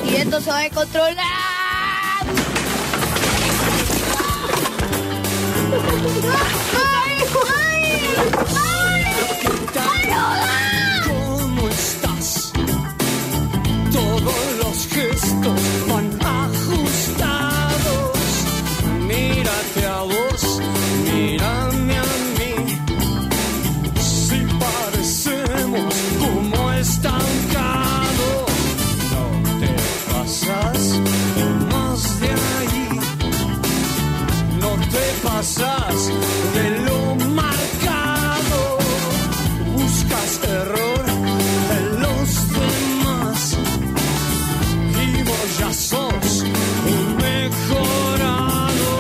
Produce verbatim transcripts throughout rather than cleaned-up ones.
Y esto se va a controlar. ¡Ay! ¡Ay! ¡Ay! ¿Cómo estás? Todos los gestos van ajustados. Mírate a vos, mírame a mí. Si parecemos como estancados, no te pasas más de ahí. No te pasas de lo marcado. Buscas error en los demás y vos ya sos un mejorado.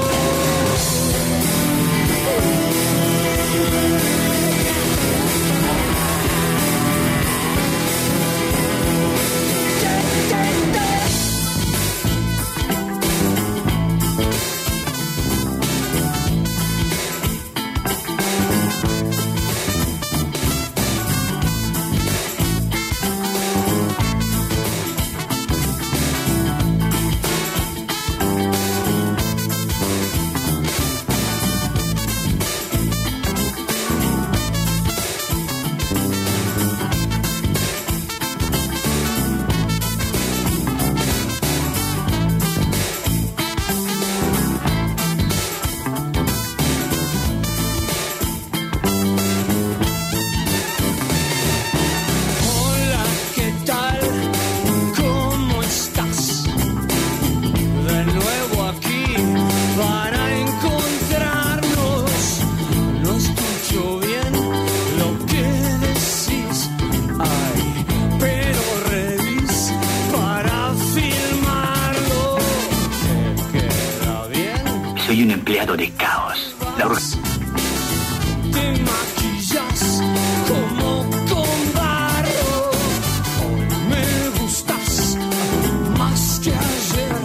Soy un empleado de caos. La or- Te maquillas como con barro. Hoy me gustas más que ayer.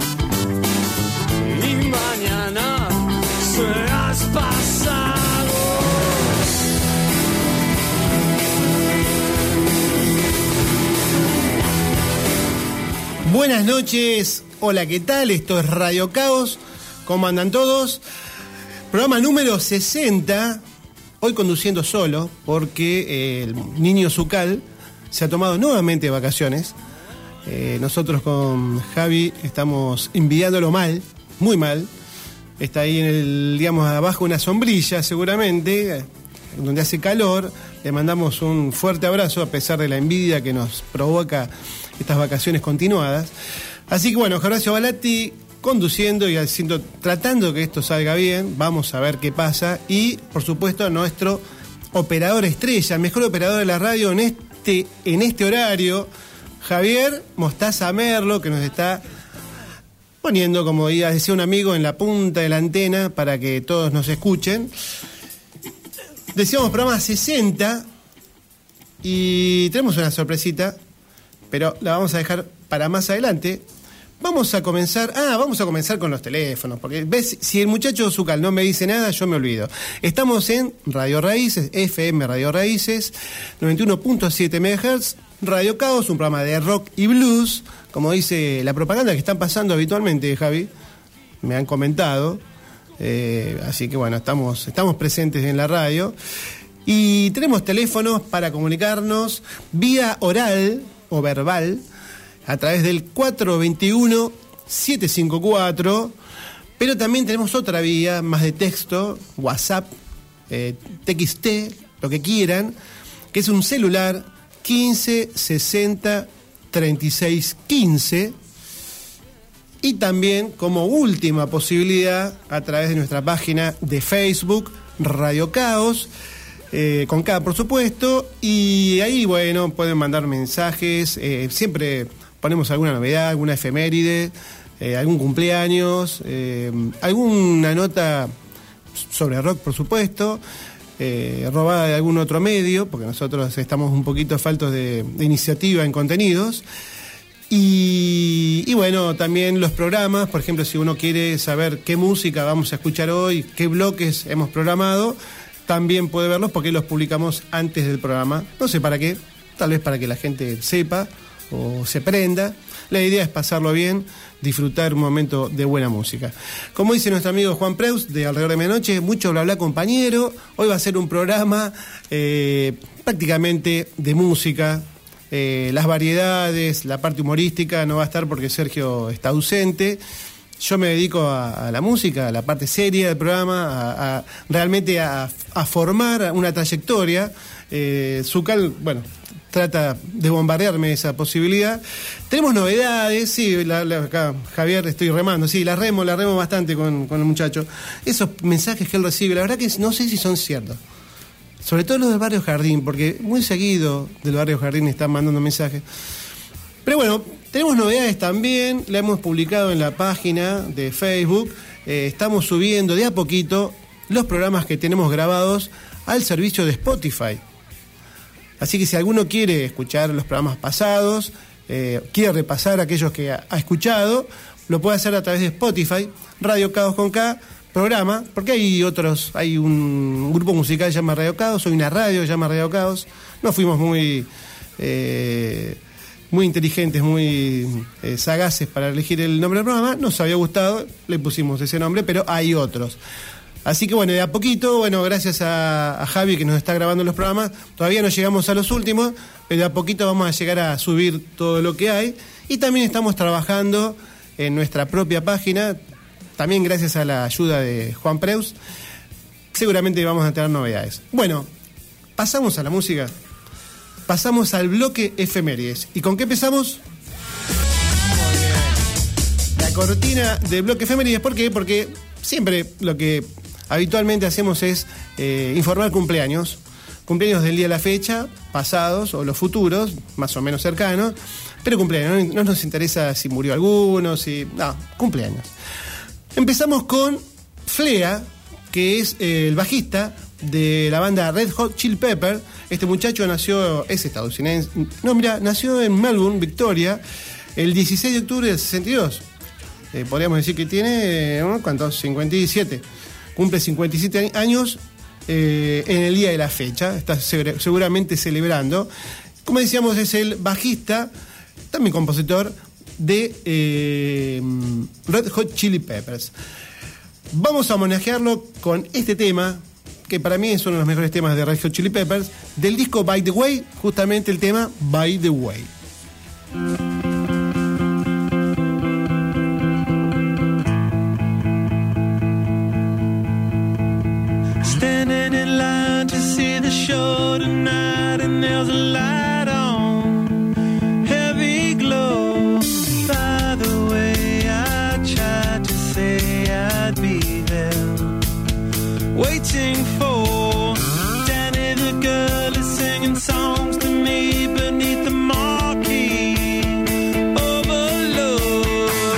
Y mañana serás pasado. Buenas noches. Hola, ¿qué tal? Esto es Radio Caos. ¿Cómo andan todos? Programa número sesenta, hoy conduciendo solo, porque eh, el niño Zucal se ha tomado nuevamente vacaciones. Eh, nosotros con Javi estamos envidiándolo mal, muy mal. Está ahí en el, digamos, abajo una sombrilla seguramente, donde hace calor. Le mandamos un fuerte abrazo a pesar de la envidia que nos provoca estas vacaciones continuadas. Así que bueno, Horacio Balatti conduciendo y haciendo, tratando que esto salga bien. Vamos a ver qué pasa. Y, por supuesto, nuestro operador estrella, el mejor operador de la radio en este, en este horario, Javier Mostaza Merlo, que nos está poniendo, como decía un amigo, en la punta de la antena para que todos nos escuchen. Decíamos programa sesenta y tenemos una sorpresita, pero la vamos a dejar para más adelante. Vamos a comenzar, ah, vamos a comenzar con los teléfonos, porque ves, si el muchacho Zucal no me dice nada, yo me olvido. Estamos en Radio Raíces, F M Radio Raíces, noventa y uno punto siete megahertz, Radio Caos, un programa de rock y blues, como dice la propaganda que están pasando habitualmente, Javi, me han comentado, eh, así que bueno, estamos, estamos presentes en la radio, y tenemos teléfonos para comunicarnos vía oral o verbal, a través del cuatro dos uno, siete cinco cuatro, pero también tenemos otra vía, más de texto, WhatsApp, eh, T X T, lo que quieran, que es un celular quince sesenta treinta y seis quince, y también como última posibilidad a través de nuestra página de Facebook, Radio Caos, eh, con K por supuesto, y ahí bueno, pueden mandar mensajes, eh, siempre ponemos alguna novedad, alguna efeméride, eh, algún cumpleaños, eh, alguna nota sobre rock, por supuesto, eh, robada de algún otro medio, porque nosotros estamos un poquito faltos de, de iniciativa en contenidos. Y, y bueno, también los programas, por ejemplo, si uno quiere saber qué música vamos a escuchar hoy, qué bloques hemos programado, también puede verlos porque los publicamos antes del programa. No sé para qué, tal vez para que la gente sepa o se prenda. La idea es pasarlo bien, disfrutar un momento de buena música. Como dice nuestro amigo Juan Preus, de Alrededor de Medianoche, mucho bla bla compañero. Hoy va a ser un programa eh, prácticamente de música. Eh, las variedades, la parte humorística no va a estar porque Sergio está ausente. Yo me dedico a, a la música, a la parte seria del programa, a, a realmente a, a formar una trayectoria. Eh, Zucal, bueno, trata de bombardearme esa posibilidad. Tenemos novedades, sí, la, la, acá Javier estoy remando, sí, la remo, la remo bastante con, con el muchacho. Esos mensajes que él recibe, la verdad que no sé si son ciertos. Sobre todo los del Barrio Jardín, porque muy seguido del Barrio Jardín están mandando mensajes. Pero bueno, tenemos novedades también, la hemos publicado en la página de Facebook. Eh, estamos subiendo de a poquito los programas que tenemos grabados al servicio de Spotify. Así que si alguno quiere escuchar los programas pasados, eh, quiere repasar aquellos que ha, ha escuchado, lo puede hacer a través de Spotify, Radio Caos con K, programa, porque hay otros, hay un grupo musical que se llama Radio Caos, hay una radio que se llama Radio Caos. No fuimos muy... Eh, muy inteligentes, muy eh, sagaces para elegir el nombre del programa. Nos había gustado, le pusimos ese nombre, pero hay otros. Así que bueno, de a poquito, bueno, gracias a, a Javi que nos está grabando los programas, todavía no llegamos a los últimos, pero de a poquito vamos a llegar a subir todo lo que hay. Y también estamos trabajando en nuestra propia página, también gracias a la ayuda de Juan Preus. Seguramente vamos a tener novedades. Bueno, pasamos a la música. Pasamos al bloque efemérides. ¿Y con qué empezamos? La cortina del bloque efemérides. ¿Por qué? Porque siempre lo que habitualmente hacemos es eh, informar cumpleaños. Cumpleaños del día de la fecha, pasados o los futuros, más o menos cercanos. Pero cumpleaños, no, no nos interesa si murió alguno, si... No, cumpleaños. Empezamos con Flea, que es eh, el bajista de la banda Red Hot Chili Pepper. Este muchacho nació, es estadounidense, no, mira, nació en Melbourne, Victoria, el dieciséis de octubre del sesenta y dos. Eh, podríamos decir que tiene, ¿no? ¿Cuántos? cincuenta y siete. Cumple cincuenta y siete años eh, en el día de la fecha, está seguramente celebrando. Como decíamos, es el bajista, también compositor de eh, Red Hot Chili Peppers. Vamos a homenajearlo con este tema, que para mí es uno de los mejores temas de Red Hot Chili Peppers, del disco By the Way, justamente el tema By the Way. Standing in line to see the show tonight, and there's a light on, heavy glow. By the way, I tried to say I'd be there, waiting for Danny the girl is singing songs to me beneath the marquee. Overload.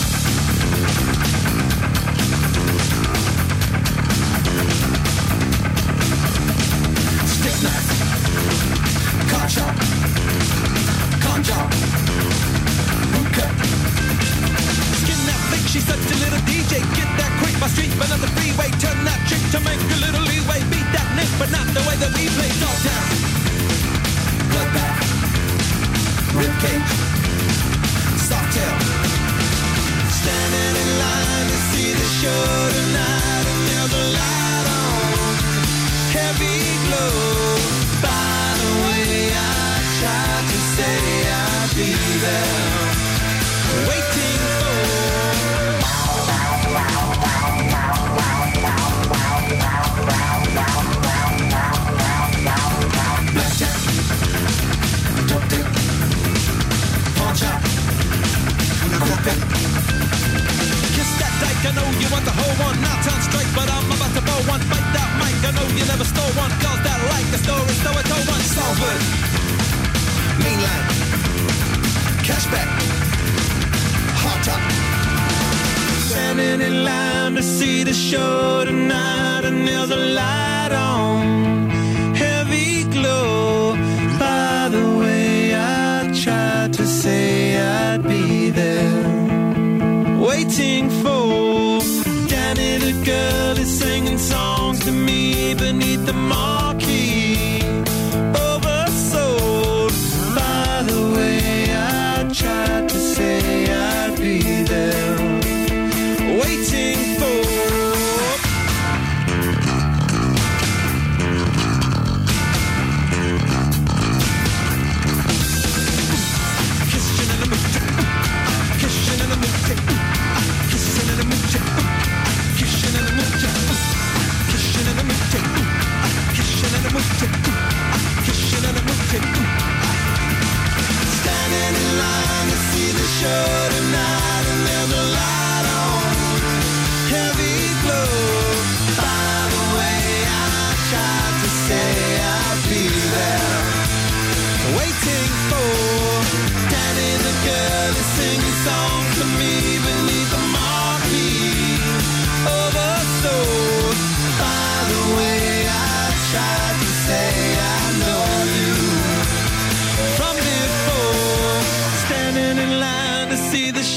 Stick knife, card shop, con job, boot cut. Skin that flick, she's such a little D J. Get that quick, my street, but on the freeway. Turn that trick to make a little leeway. Beat that nick, but not the way that we play. Dog down, bloodbath, ribcage, soft tail. Standing in line to see the show tonight, and there's a light on, heavy glow. By the way, I tried to say I'd be there, waiting for. Blackjack, dope dick, pawn shop, corporate. Kiss that dyke, I know you want the whole one. Now turn straight, but I'm about to blow one. Bite that mic, I know you never stole one. Girls that like the story, so I told one. Salford, mainline, cashback, hot top. Standing in line to see the show tonight, and there's a light on, heavy glow. By the way, I tried to say I'd be there, waiting for Danny the girl is singing songs to me beneath the marquee. Oversold. By the way, I tried to say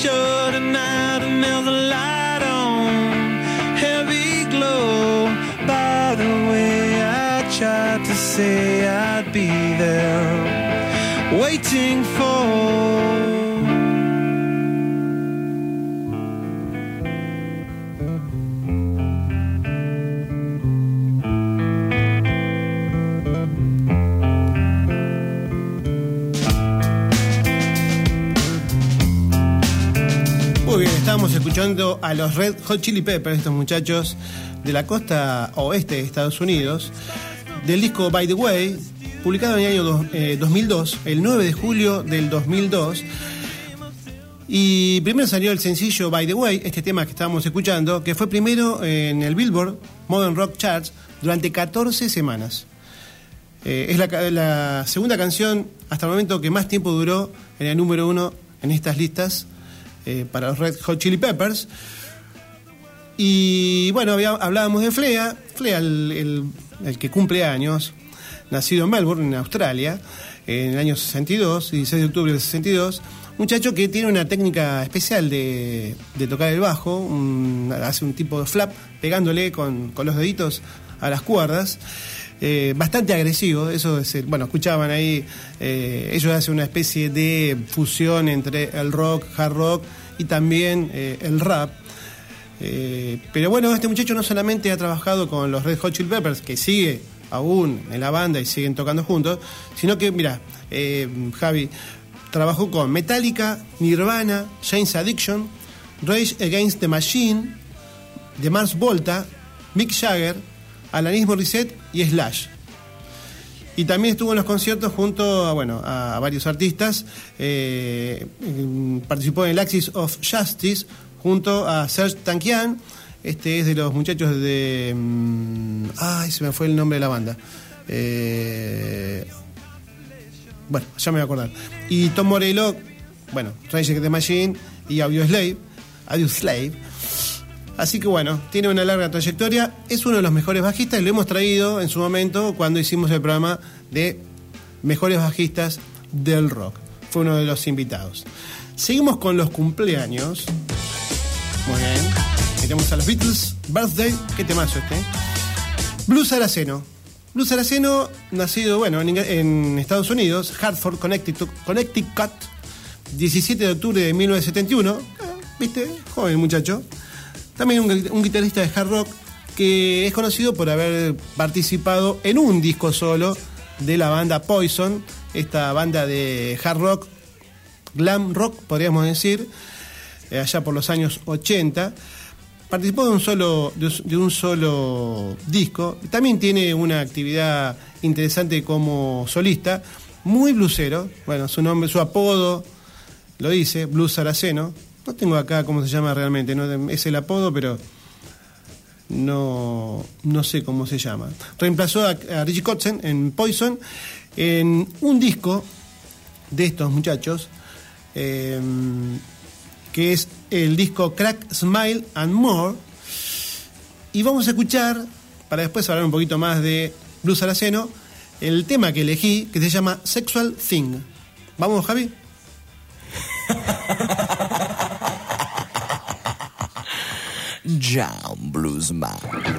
show tonight and there's a light on, heavy glow. By the way, I tried to say I'd be there, waiting for. Muy bien, estábamos escuchando a los Red Hot Chili Peppers, estos muchachos de la costa oeste de Estados Unidos, del disco By the Way, publicado en el año dos, eh, dos mil dos, el nueve de julio del dos mil dos. Y primero salió el sencillo By the Way, este tema que estábamos escuchando, que fue primero en el Billboard Modern Rock Charts durante catorce semanas. Eh, es la, la segunda canción hasta el momento que más tiempo duró en el número uno en estas listas. Eh, para los Red Hot Chili Peppers. Y bueno, había, hablábamos de Flea, Flea el, el, el que cumple años, nacido en Melbourne, en Australia, en el año sesenta y dos, dieciséis de octubre del sesenta y dos, muchacho que tiene una técnica especial de, de tocar el bajo, un, hace un tipo de flap pegándole con, con los deditos a las cuerdas. Eh, bastante agresivo, eso es el, bueno, escuchaban ahí, eh, ellos hacen una especie de fusión entre el rock, hard rock y también eh, el rap. Eh, pero bueno, este muchacho no solamente ha trabajado con los Red Hot Chili Peppers, que sigue aún en la banda y siguen tocando juntos, sino que, mira, eh, Javi trabajó con Metallica, Nirvana, Jane's Addiction, Rage Against the Machine, The Mars Volta, Mick Jagger, Alanis Morissette y Slash. Y también estuvo en los conciertos junto a, bueno, a varios artistas. Eh, participó en el Axis of Justice junto a Serj Tankian. Este es de los muchachos de... Um, ay, se me fue el nombre de la banda. Eh, bueno, ya me voy a acordar. Y Tom Morello, bueno, Rage Against the Machine y Audioslave. Audioslave. Así que bueno, tiene una larga trayectoria, es uno de los mejores bajistas y lo hemos traído en su momento cuando hicimos el programa de mejores bajistas del rock. Fue uno de los invitados. Seguimos con los cumpleaños. Muy bien. Tenemos a los Beatles, Birthday, qué temazo este. Blue Saraceno. Blue Saraceno, nacido bueno en, en Estados Unidos, Hartford, Connecticut, Connecticut, diecisiete de octubre de mil novecientos setenta y uno. ¿Viste? Joven muchacho. También un, un guitarrista de hard rock que es conocido por haber participado en un disco solo de la banda Poison, esta banda de hard rock, glam rock, podríamos decir, eh, allá por los años ochenta. Participó de un solo, de, de un solo disco. También tiene una actividad interesante como solista, muy bluesero. Bueno, su nombre, su apodo lo dice, Blues Saraceno. No tengo acá cómo se llama realmente, ¿no? Es el apodo, pero no, no sé cómo se llama. Reemplazó a, a Richie Kotzen en Poison en un disco de estos muchachos, eh, que es el disco Crack, Smile and More. Y vamos a escuchar, para después hablar un poquito más de Blues Saraceno, el tema que elegí, que se llama Sexual Thing. ¿Vamos, Javi? Jam Bluesman.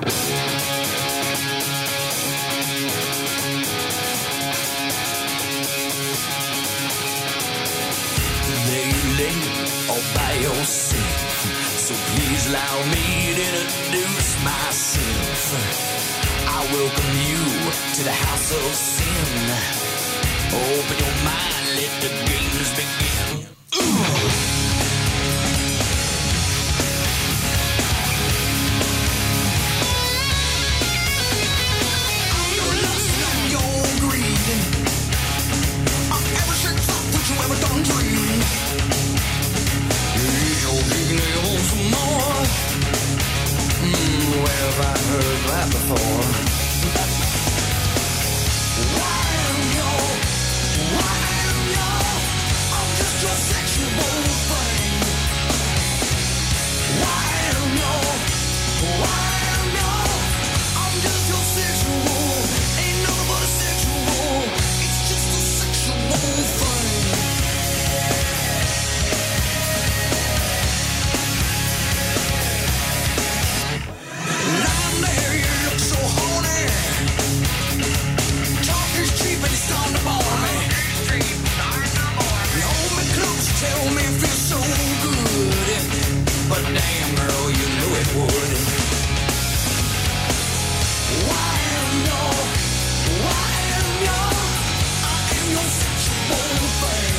Lay, lay, all by yourself. So please allow me to introduce myself. I welcome you to the house of sin. Open your mind, let the games begin. Ooh. Have I heard that before? Why am you? Why am you? I'm just your sexual thing. Why am you? Why am you? I'm just your sexual. Ain't nothing but a sexual. It's just a sexual thing. damn, girl, you know it would. Why am your, why am your, I am your sexual thing.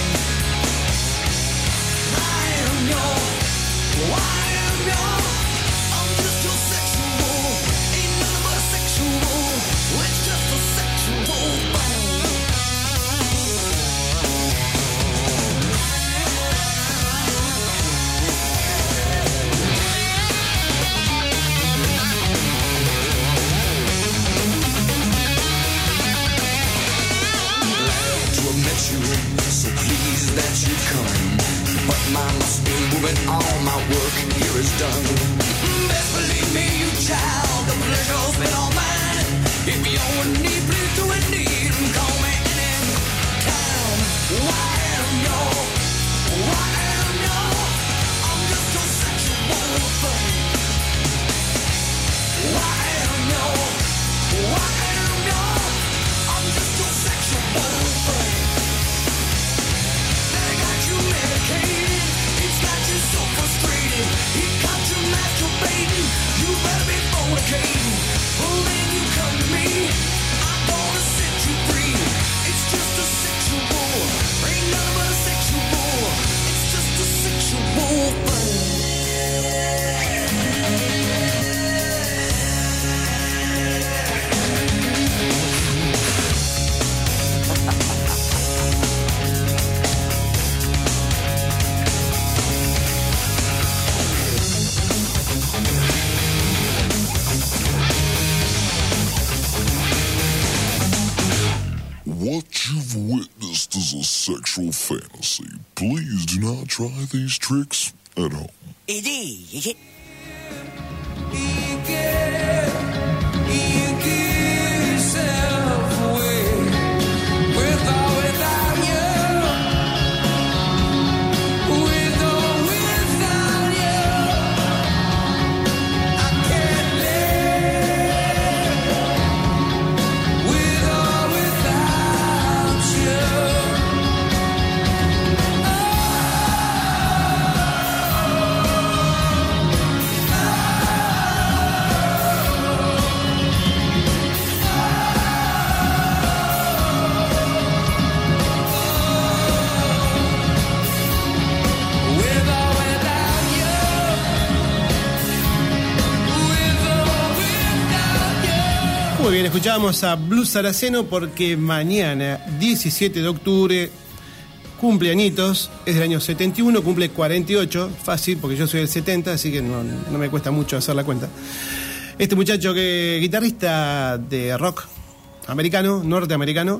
I am your, why am your, I'm just your sexual, ain't nothing but sexual, it's just a sexual thing. So please that you come, but mine must be moving on. My work here is done. Best believe me, you child, the pleasure's been all mine. If you're in need, please do it need and call me anytime. Why am your, why am your, I'm just your sexual thing. Why am your, why am your, I'm just your sexual thing. Medicated, it's got you so frustrated. It got you masturbating. You better be fornicating. Well, then you come to me. I'm gonna set you free. It's just a sexual, ain't nothing but a sexual. It's just a sexual thing. What you've witnessed is a sexual fantasy. Please do not try these tricks at home. It is, is it? Muy bien, escuchábamos a Blues Saraceno porque mañana, diecisiete de octubre, cumple añitos, es del año setenta y uno, cumple cuarenta y ocho, fácil porque yo soy del setenta, así que no, no me cuesta mucho hacer la cuenta. Este muchacho que guitarrista de rock americano, norteamericano,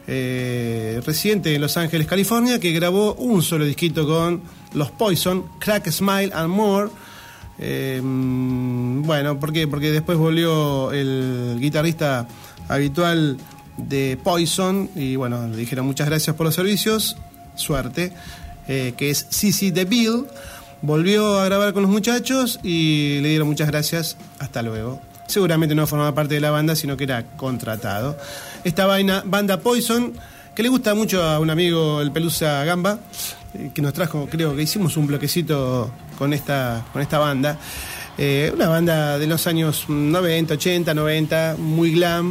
eh, residente en Los Ángeles, California, que grabó un solo disquito con los Poison, Crack, Smile and More. Eh, bueno, ¿por qué? Porque después volvió el guitarrista habitual de Poison y bueno, le dijeron muchas gracias por los servicios, suerte, eh, que es C C DeVille. Volvió a grabar con los muchachos y le dieron muchas gracias, hasta luego. Seguramente no formaba parte de la banda, sino que era contratado. Esta vaina, banda Poison, que le gusta mucho a un amigo, el Pelusa Gamba, que nos trajo, creo que hicimos un bloquecito con esta, con esta banda. Eh, una banda de los años noventa, ochenta, noventa, muy glam.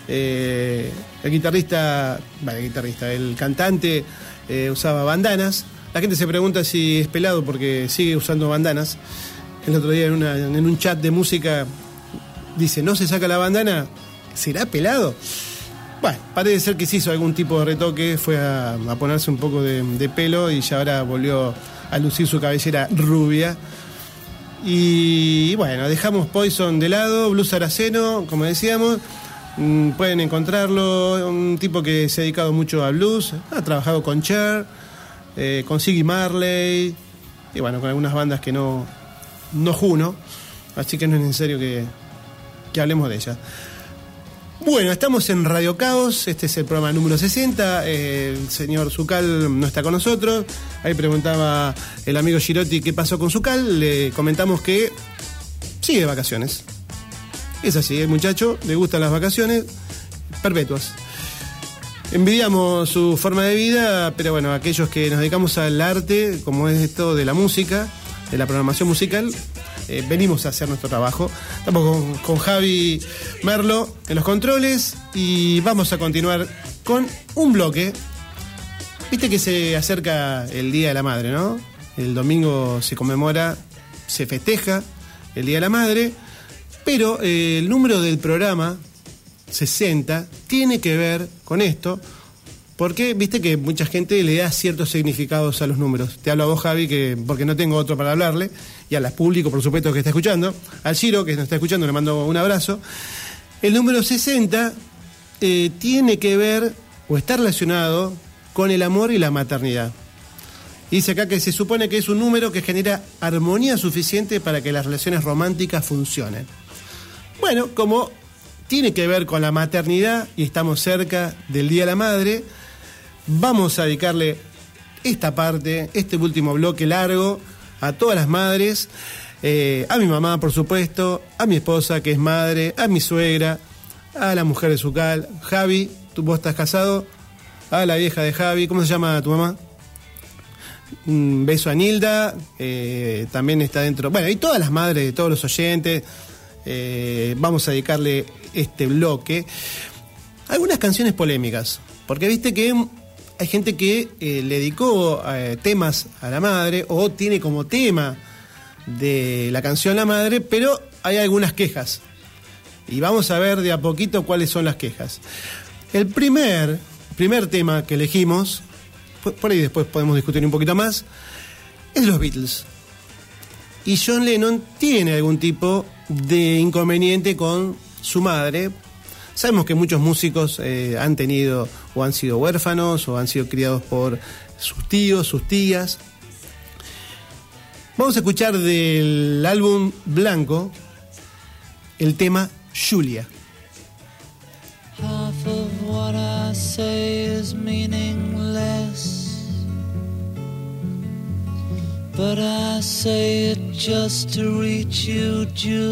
Eh, el guitarrista, bueno, el guitarrista, el cantante eh, usaba bandanas. La gente se pregunta si es pelado porque sigue usando bandanas. El otro día en, una, en un chat de música dice, ¿no se saca la bandana? ¿Será pelado? Bueno, parece ser que se hizo algún tipo de retoque, fue a, a ponerse un poco de, de pelo y ya ahora volvió a lucir su cabellera rubia. Y bueno, dejamos Poison de lado, Blues Saraceno, como decíamos, mmm, pueden encontrarlo, un tipo que se ha dedicado mucho al blues, ha trabajado con Cher, eh, con Ziggy Marley, y bueno, con algunas bandas que no, no juno, así que no es necesario que, que hablemos de ella. Bueno, estamos en Radio Caos, este es el programa número sesenta, eh, el señor Zucal no está con nosotros, ahí preguntaba el amigo Girotti qué pasó con Zucal, le comentamos que sigue de vacaciones, es así, el muchacho le gustan las vacaciones perpetuas, envidiamos su forma de vida, pero bueno, aquellos que nos dedicamos al arte, como es esto de la música, de la programación musical, eh, venimos a hacer nuestro trabajo. Estamos con, con Javi Merlo en los controles y vamos a continuar con un bloque. Viste que se acerca el Día de la Madre, ¿no? El domingo se conmemora, se festeja el Día de la Madre, pero eh, el número del programa sesenta tiene que ver con esto, porque viste que mucha gente le da ciertos significados a los números. Te hablo a vos, Javi, que porque no tengo otro para hablarle, y al público, por supuesto, que está escuchando, al Giro, que nos está escuchando, le mando un abrazo. El número sesenta eh, tiene que ver, o está relacionado, con el amor y la maternidad. Dice acá que se supone que es un número que genera armonía suficiente para que las relaciones románticas funcionen. Bueno, como tiene que ver con la maternidad y estamos cerca del Día de la Madre, vamos a dedicarle esta parte, este último bloque largo, a todas las madres, eh, a mi mamá, por supuesto, a mi esposa, que es madre, a mi suegra, a la mujer de Zucal. Javi, ¿tú, vos estás casado? A la vieja de Javi, ¿cómo se llama tu mamá? Un beso a Nilda, eh, también está dentro, bueno, y todas las madres de todos los oyentes. Eh, vamos a dedicarle este bloque algunas canciones polémicas, porque viste que hay gente que eh, le dedicó eh, temas a la madre o tiene como tema de la canción la madre, pero hay algunas quejas y vamos a ver de a poquito cuáles son las quejas. El primer, primer tema que elegimos, por ahí después podemos discutir un poquito más, es los Beatles. Y John Lennon tiene algún tipo de inconveniente con su madre. Sabemos que muchos músicos eh, han tenido o han sido huérfanos o han sido criados por sus tíos, sus tías. Vamos a escuchar del álbum Blanco el tema Julia. Half of what I say is meaningless, but I say it just to reach you,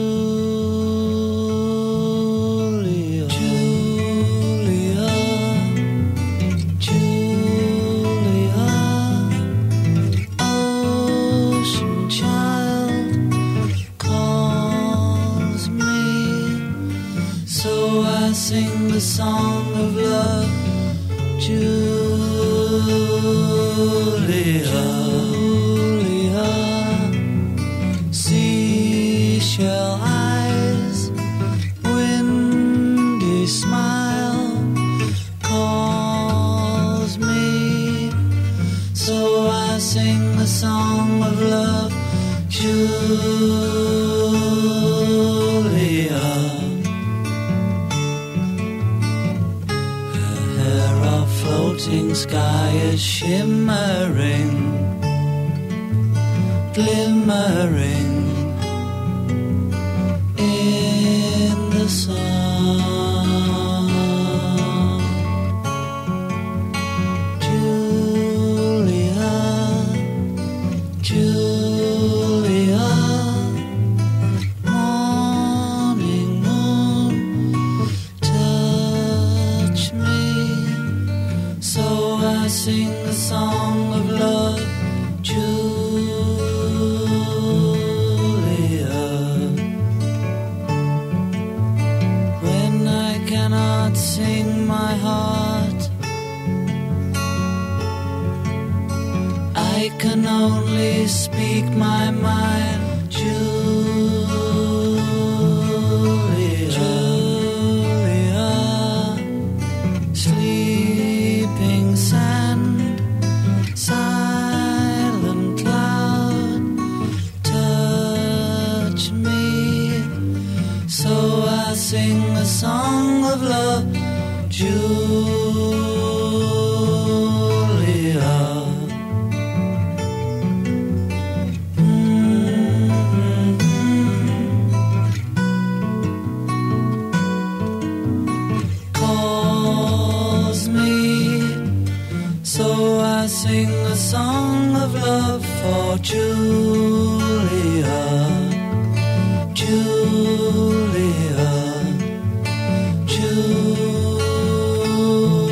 Julia. Julia, Julia, ocean child calls me, so I sing the song of love, Julia. Seashell eyes, windy smile calls me, so I sing the song of love, Julia. Her hair a floating, sky is shimmering, glimmering in the sun. Julia, Julia, morning moon, touch me, so I sing the song of love, Julia. When I cannot sing my heart, I can only speak my mind, Julia. Julia, sleeping sand, silent cloud, touch me, so I sing a song of love, Julia. Calls me, so I sing a song of love for Julia, Julia, Julia.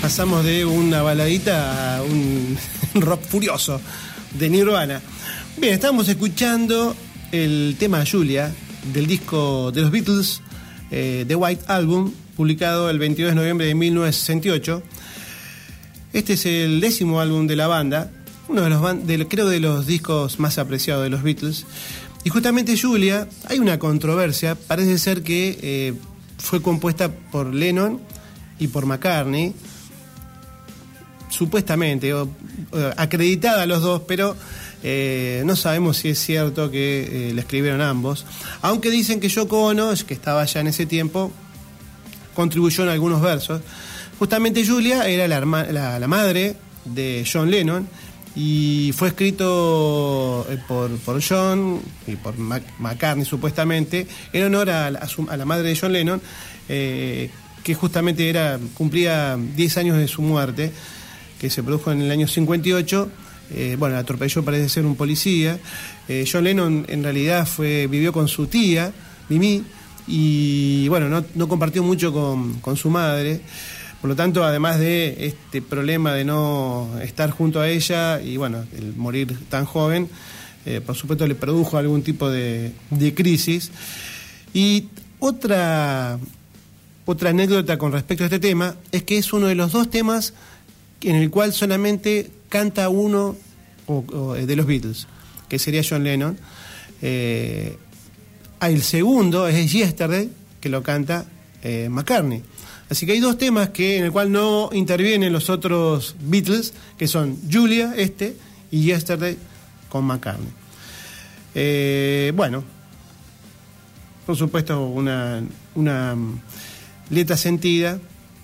Pasamos de una baladita a un rock furioso de Nirvana. Bien, estamos escuchando el tema Julia del disco de los Beatles, eh, The White Album, publicado el veintidós de noviembre de mil novecientos sesenta y ocho. Este es el décimo álbum de la banda, uno de los, ban- de, creo, de los discos más apreciados de los Beatles. Y justamente Julia, hay una controversia, parece ser que eh, fue compuesta por Lennon y por McCartney, supuestamente, o, o, acreditada a los dos, pero eh, no sabemos si es cierto que eh, la escribieron ambos, aunque dicen que Yoko Ono, que estaba ya en ese tiempo, contribuyó en algunos versos. Justamente Julia era la, herma, la, la madre de John Lennon y fue escrito por, por John y por Mac, McCartney supuestamente en honor a, a, su, a la madre de John Lennon, eh, que justamente era, cumplía diez años de su muerte, que se produjo en el año cincuenta y ocho. Eh, bueno, la atropelló, parece ser un policía. eh, John Lennon en realidad fue vivió con su tía Mimi y bueno, no, no compartió mucho con, con su madre. Por lo tanto, además de este problema de no estar junto a ella y bueno, el morir tan joven, eh, por supuesto le produjo algún tipo de, de crisis. Y otra, otra anécdota con respecto a este tema es que es uno de los dos temas en el cual solamente canta uno o, o, de los Beatles, que sería John Lennon. Eh, el segundo es Yesterday, que lo canta eh, McCartney. Así que hay dos temas que en el cual no intervienen los otros Beatles, que son Julia, este, y Yesterday con McCartney. Eh, bueno, por supuesto una, una letra sentida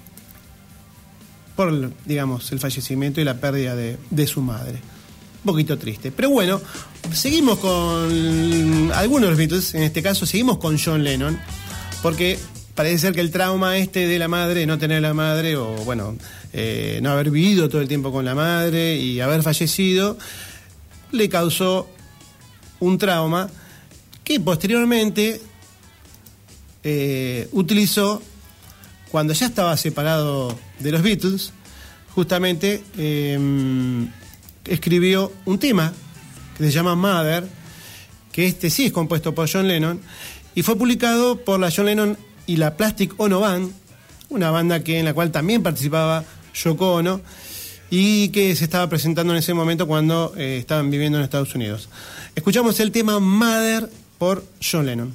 por, digamos, el fallecimiento y la pérdida de, de su madre. Un poquito triste. Pero bueno, seguimos con algunos de los Beatles, en este caso seguimos con John Lennon, porque parece ser que el trauma este de la madre, no tener la madre, o bueno, eh, no haber vivido todo el tiempo con la madre y haber fallecido, le causó un trauma que posteriormente eh, utilizó cuando ya estaba separado de los Beatles. Justamente eh, escribió un tema que se llama Mother, que este sí es compuesto por John Lennon, y fue publicado por la John Lennon y la Plastic Ono Band, una banda que en la cual también participaba Yoko Ono y que se estaba presentando en ese momento cuando eh, estaban viviendo en Estados Unidos. Escuchamos el tema Mother por John Lennon.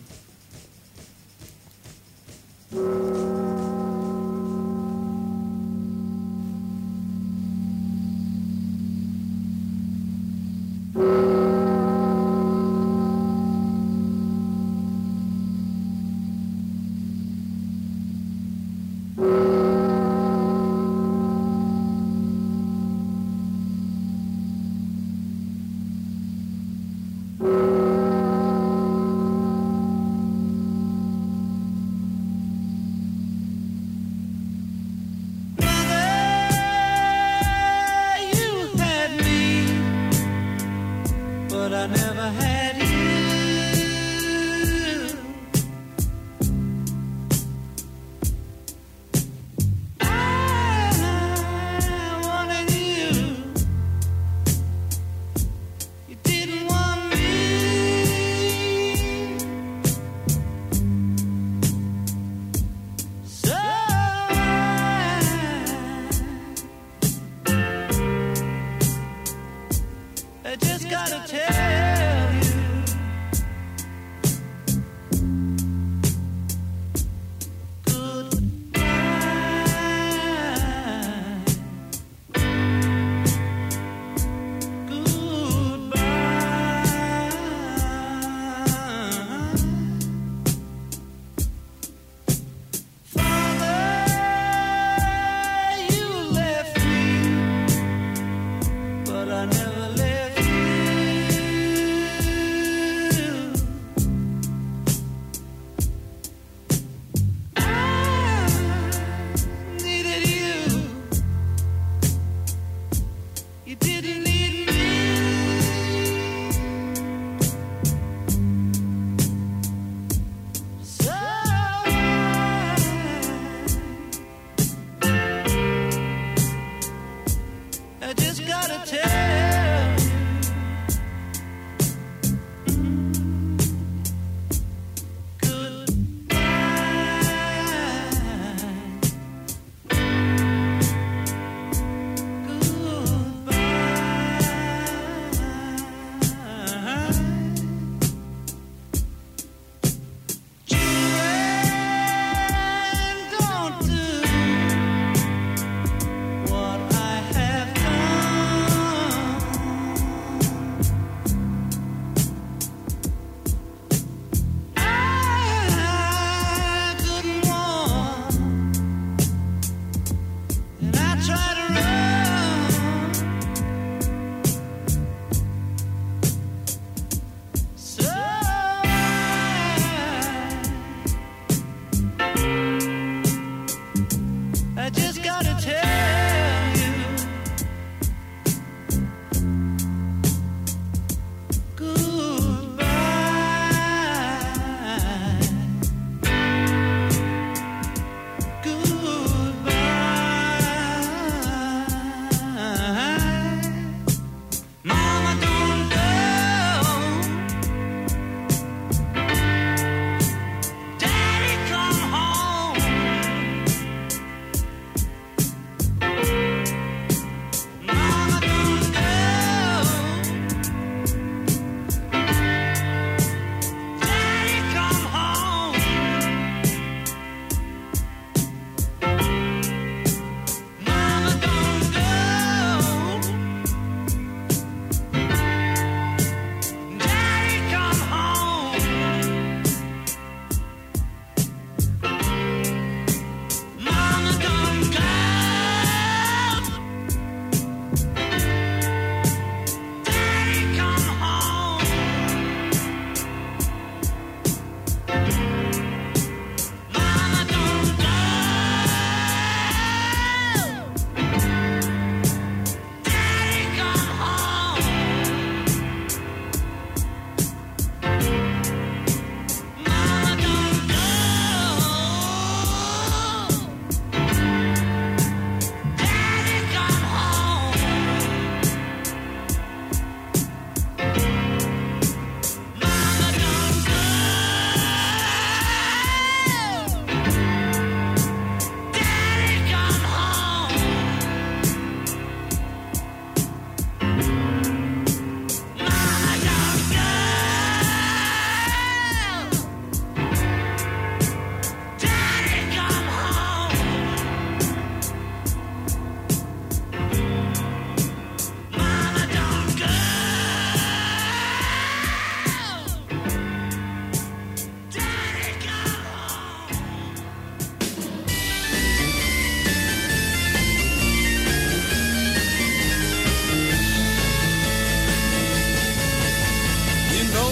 But I never left you.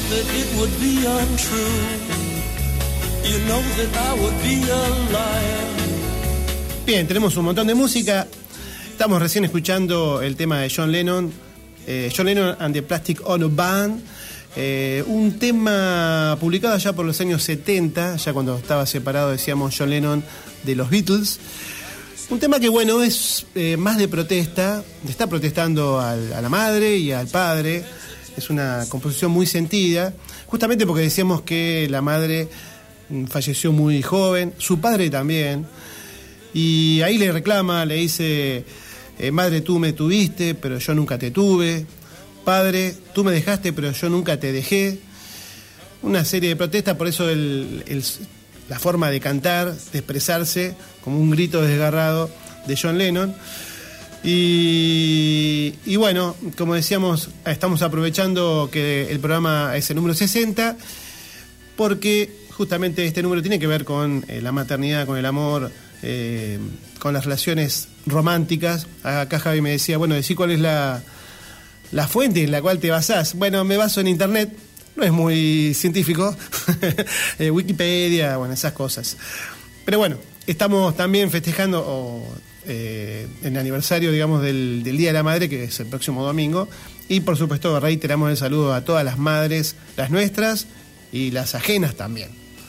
that it would be untrue. You know that I would be a liar. Bien, tenemos un montón de música. Estamos recién escuchando el tema de John Lennon, eh, John Lennon and the Plastic Ono Band, eh, un tema publicado ya por los años setenta, ya cuando estaba separado, decíamos, John Lennon de los Beatles. Un tema que, bueno, es eh, más de protesta, está protestando al, a la madre y al padre. Es una composición muy sentida, justamente porque decíamos que la madre falleció muy joven, su padre también, y ahí le reclama, le dice, eh, madre, tú me tuviste, pero yo nunca te tuve. Padre, tú me dejaste, pero yo nunca te dejé. Una serie de protestas, por eso el... el la forma de cantar, de expresarse, como un grito desgarrado de John Lennon. Y, y bueno, como decíamos, estamos aprovechando que el programa es el número sesenta, porque justamente este número tiene que ver con eh, la maternidad, con el amor, eh, con las relaciones románticas. Acá Javi me decía, bueno, decí cuál es la, la fuente en la cual te basás. Bueno, me baso en internet. No es muy científico, eh, Wikipedia, bueno, esas cosas. Pero bueno, estamos también festejando o, eh, el aniversario, digamos, del, del Día de la Madre, que es el próximo domingo. Y por supuesto reiteramos el saludo a todas las madres, las nuestras y las ajenas también.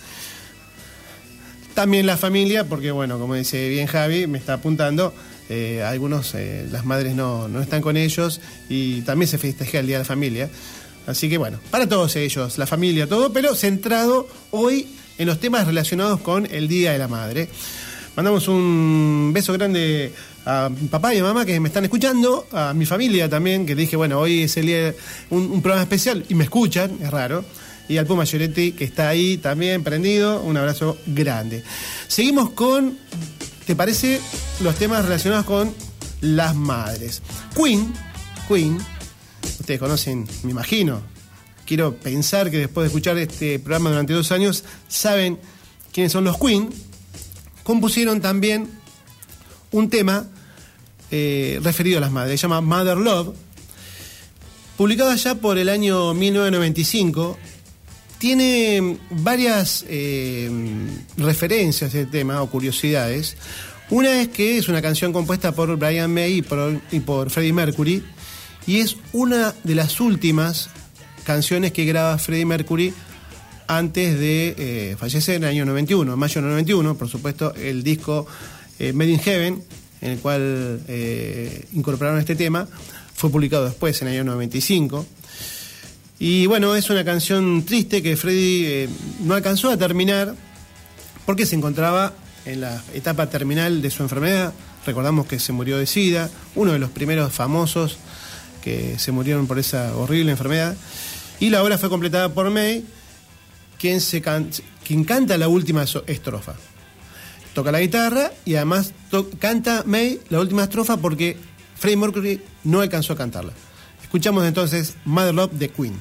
También la familia, porque bueno, como dice bien Javi, me está apuntando, eh, algunos, eh, las madres no, no están con ellos y también se festeja el Día de la Familia. Así que bueno, para todos ellos, la familia, todo, pero centrado hoy en los temas relacionados con el Día de la Madre. Mandamos un beso grande a mi papá y a mamá que me están escuchando, a mi familia también, que dije, bueno, hoy es el día, un, un programa especial y me escuchan, es raro. Y al Puma Lloretti, que está ahí también prendido, un abrazo grande. Seguimos con, ¿te parece? Los temas relacionados con las madres. Queen, Queen, ustedes conocen, me imagino, quiero pensar que después de escuchar este programa durante dos años, saben quiénes son los Queen. Compusieron también un tema eh, referido a las madres, se llama Mother Love, publicado allá por el año mil novecientos noventa y cinco. Tiene varias eh, referencias del tema o curiosidades. Una es que es una canción compuesta por Brian May y por, y por Freddie Mercury, y es una de las últimas canciones que graba Freddie Mercury antes de eh, fallecer en el año noventa y uno, en mayo del noventa y uno, por supuesto, el disco eh, Made in Heaven, en el cual eh, incorporaron este tema, fue publicado después, en el año noventa y cinco. Y bueno, es una canción triste que Freddie eh, no alcanzó a terminar porque se encontraba en la etapa terminal de su enfermedad. Recordamos que se murió de SIDA, uno de los primeros famosos que se murieron por esa horrible enfermedad. Y la obra fue completada por May, quien, se can- quien canta la última so- estrofa. Toca la guitarra y además to- canta May la última estrofa porque Freddie Mercury no alcanzó a cantarla. Escuchamos entonces Mother Love de Queen.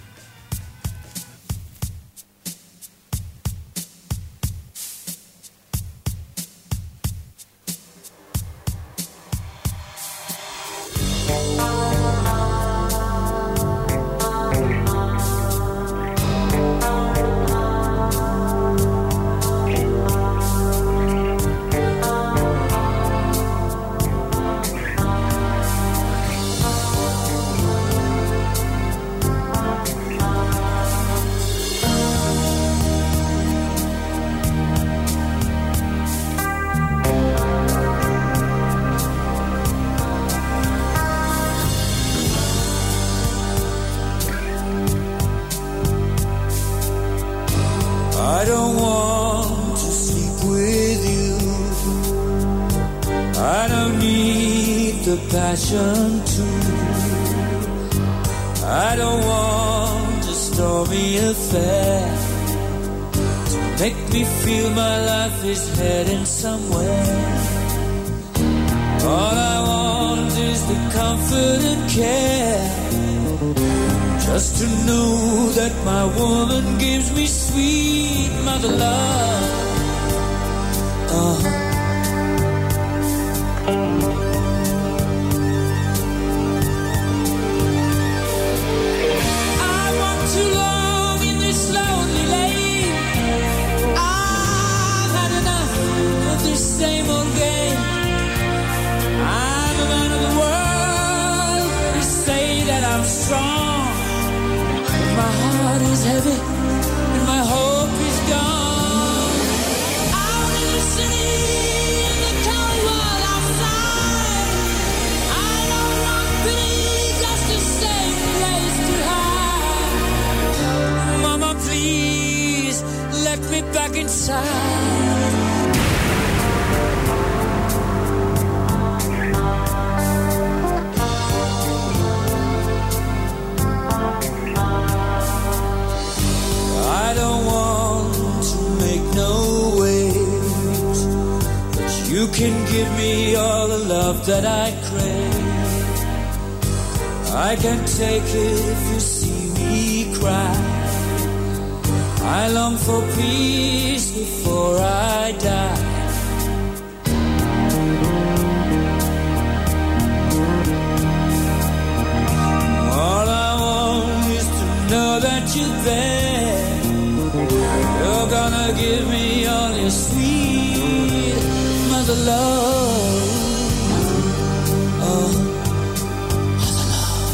I don't want to sleep with you. I don't need the passion to. I don't want a stormy affair to make me feel my life is heading somewhere. All I want is the comfort and care, just to know that my woman gives me sweet mother love. Uh-huh. I want to long heavy and my hope is gone. Out in the city, in the cold world outside, I don't want pity, just a safe place to hide. Mama, please let me back inside. I don't want to make no waves, but you can give me all the love that I crave. I can take it if you see me cry. I long for peace before I die. All I want is to know that you're there. You're gonna give me all your sweet mother love. Oh, mother love.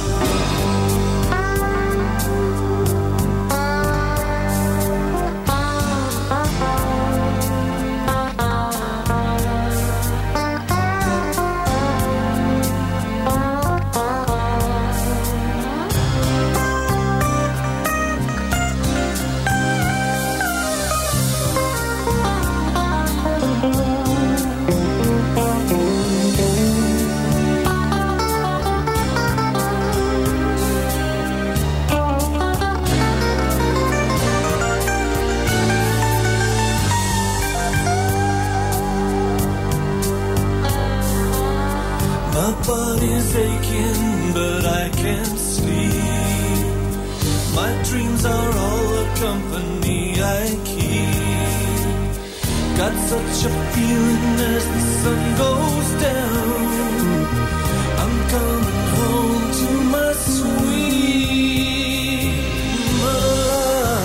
My body's aching, but I can't sleep. My dreams are all the company I keep. Got such a feeling as the sun goes down, I'm coming home to my sweet mother.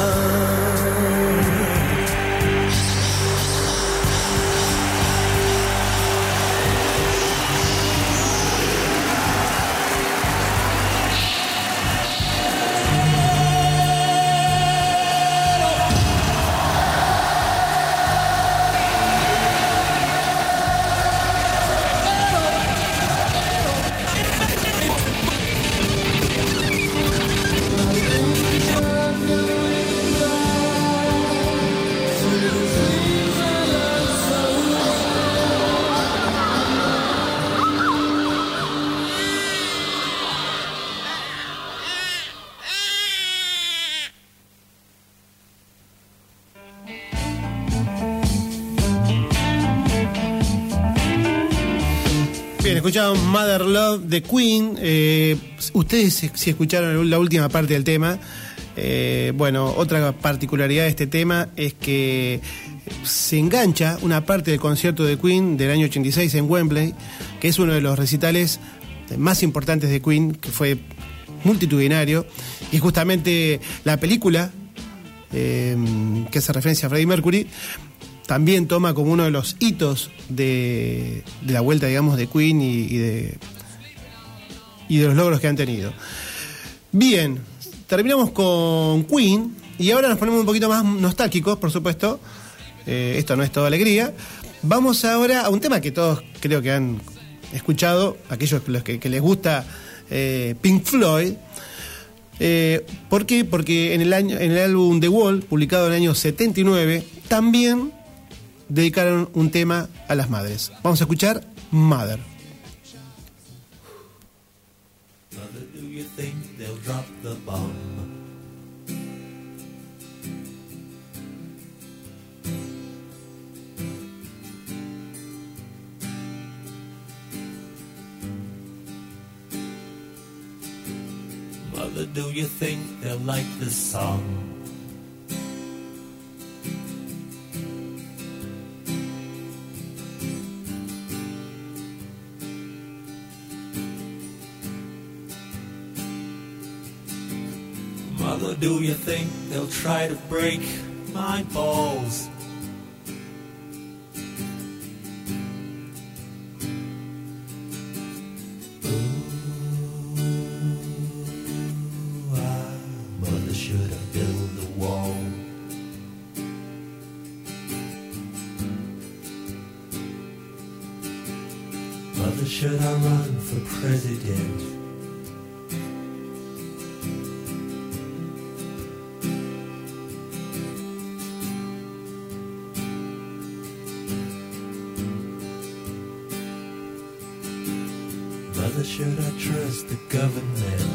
Bien, escucharon Mother Love de Queen. Eh, ustedes si si escucharon la última parte del tema. Eh, bueno, otra particularidad de este tema es que se engancha una parte del concierto de Queen del año ochenta y seis en Wembley, que es uno de los recitales más importantes de Queen, que fue multitudinario, y justamente la película eh, que hace referencia a Freddie Mercury también toma como uno de los hitos de, de la vuelta, digamos, de Queen y, y, de, y de los logros que han tenido. Bien, terminamos con Queen y ahora nos ponemos un poquito más nostálgicos, por supuesto. Eh, esto no es toda alegría. Vamos ahora a un tema que todos creo que han escuchado, aquellos los que, que les gusta eh, Pink Floyd. Eh, ¿Por qué? Porque en el, año, en el álbum The Wall, publicado en el año setenta y nueve, también dedicaron un tema a las madres. Vamos a escuchar Mother. Mother, do you think they'll drop the bomb? Mother, do you think they'll like this song? Mother, do you think they'll try to break my balls? Ooh, I, mother, should have built should I run for president? Mother, should I trust the government?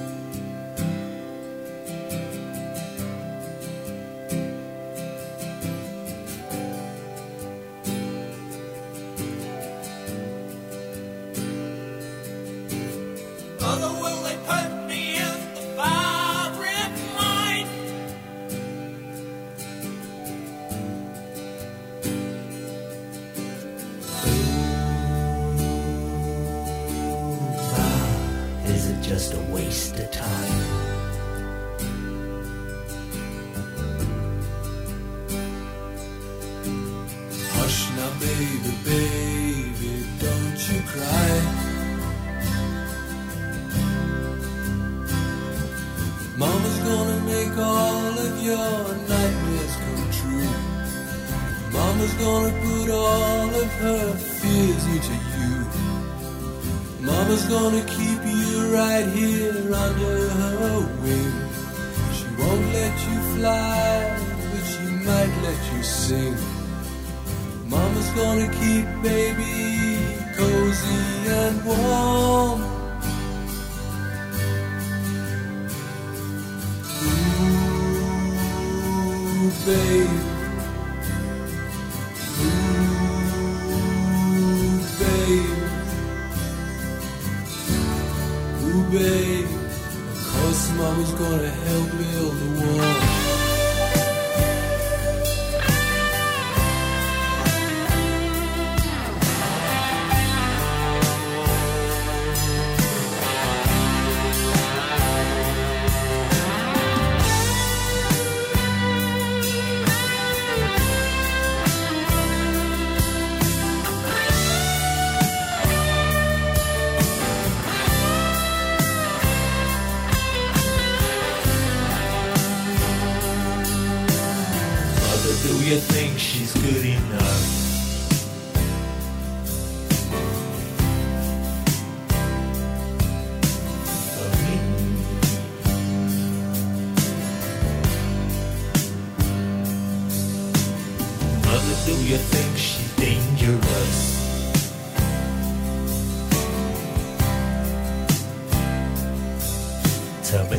Mother, will they put me in the firing line? Is it just a waste of time? Hush now, baby, baby, don't you cry. Mama's gonna make all of your nightmares come true. Mama's gonna put all of her fears into you. Mama's gonna keep you right here under her wing. She won't let you fly, but she might let you sing. Mama's gonna keep baby cozy and warm. Ooh, babe. Ooh, babe. Ooh, babe. Of course, Mama's gonna help build the wall. Do you think she's good enough? For me? Mother, do you think she's dangerous? To me?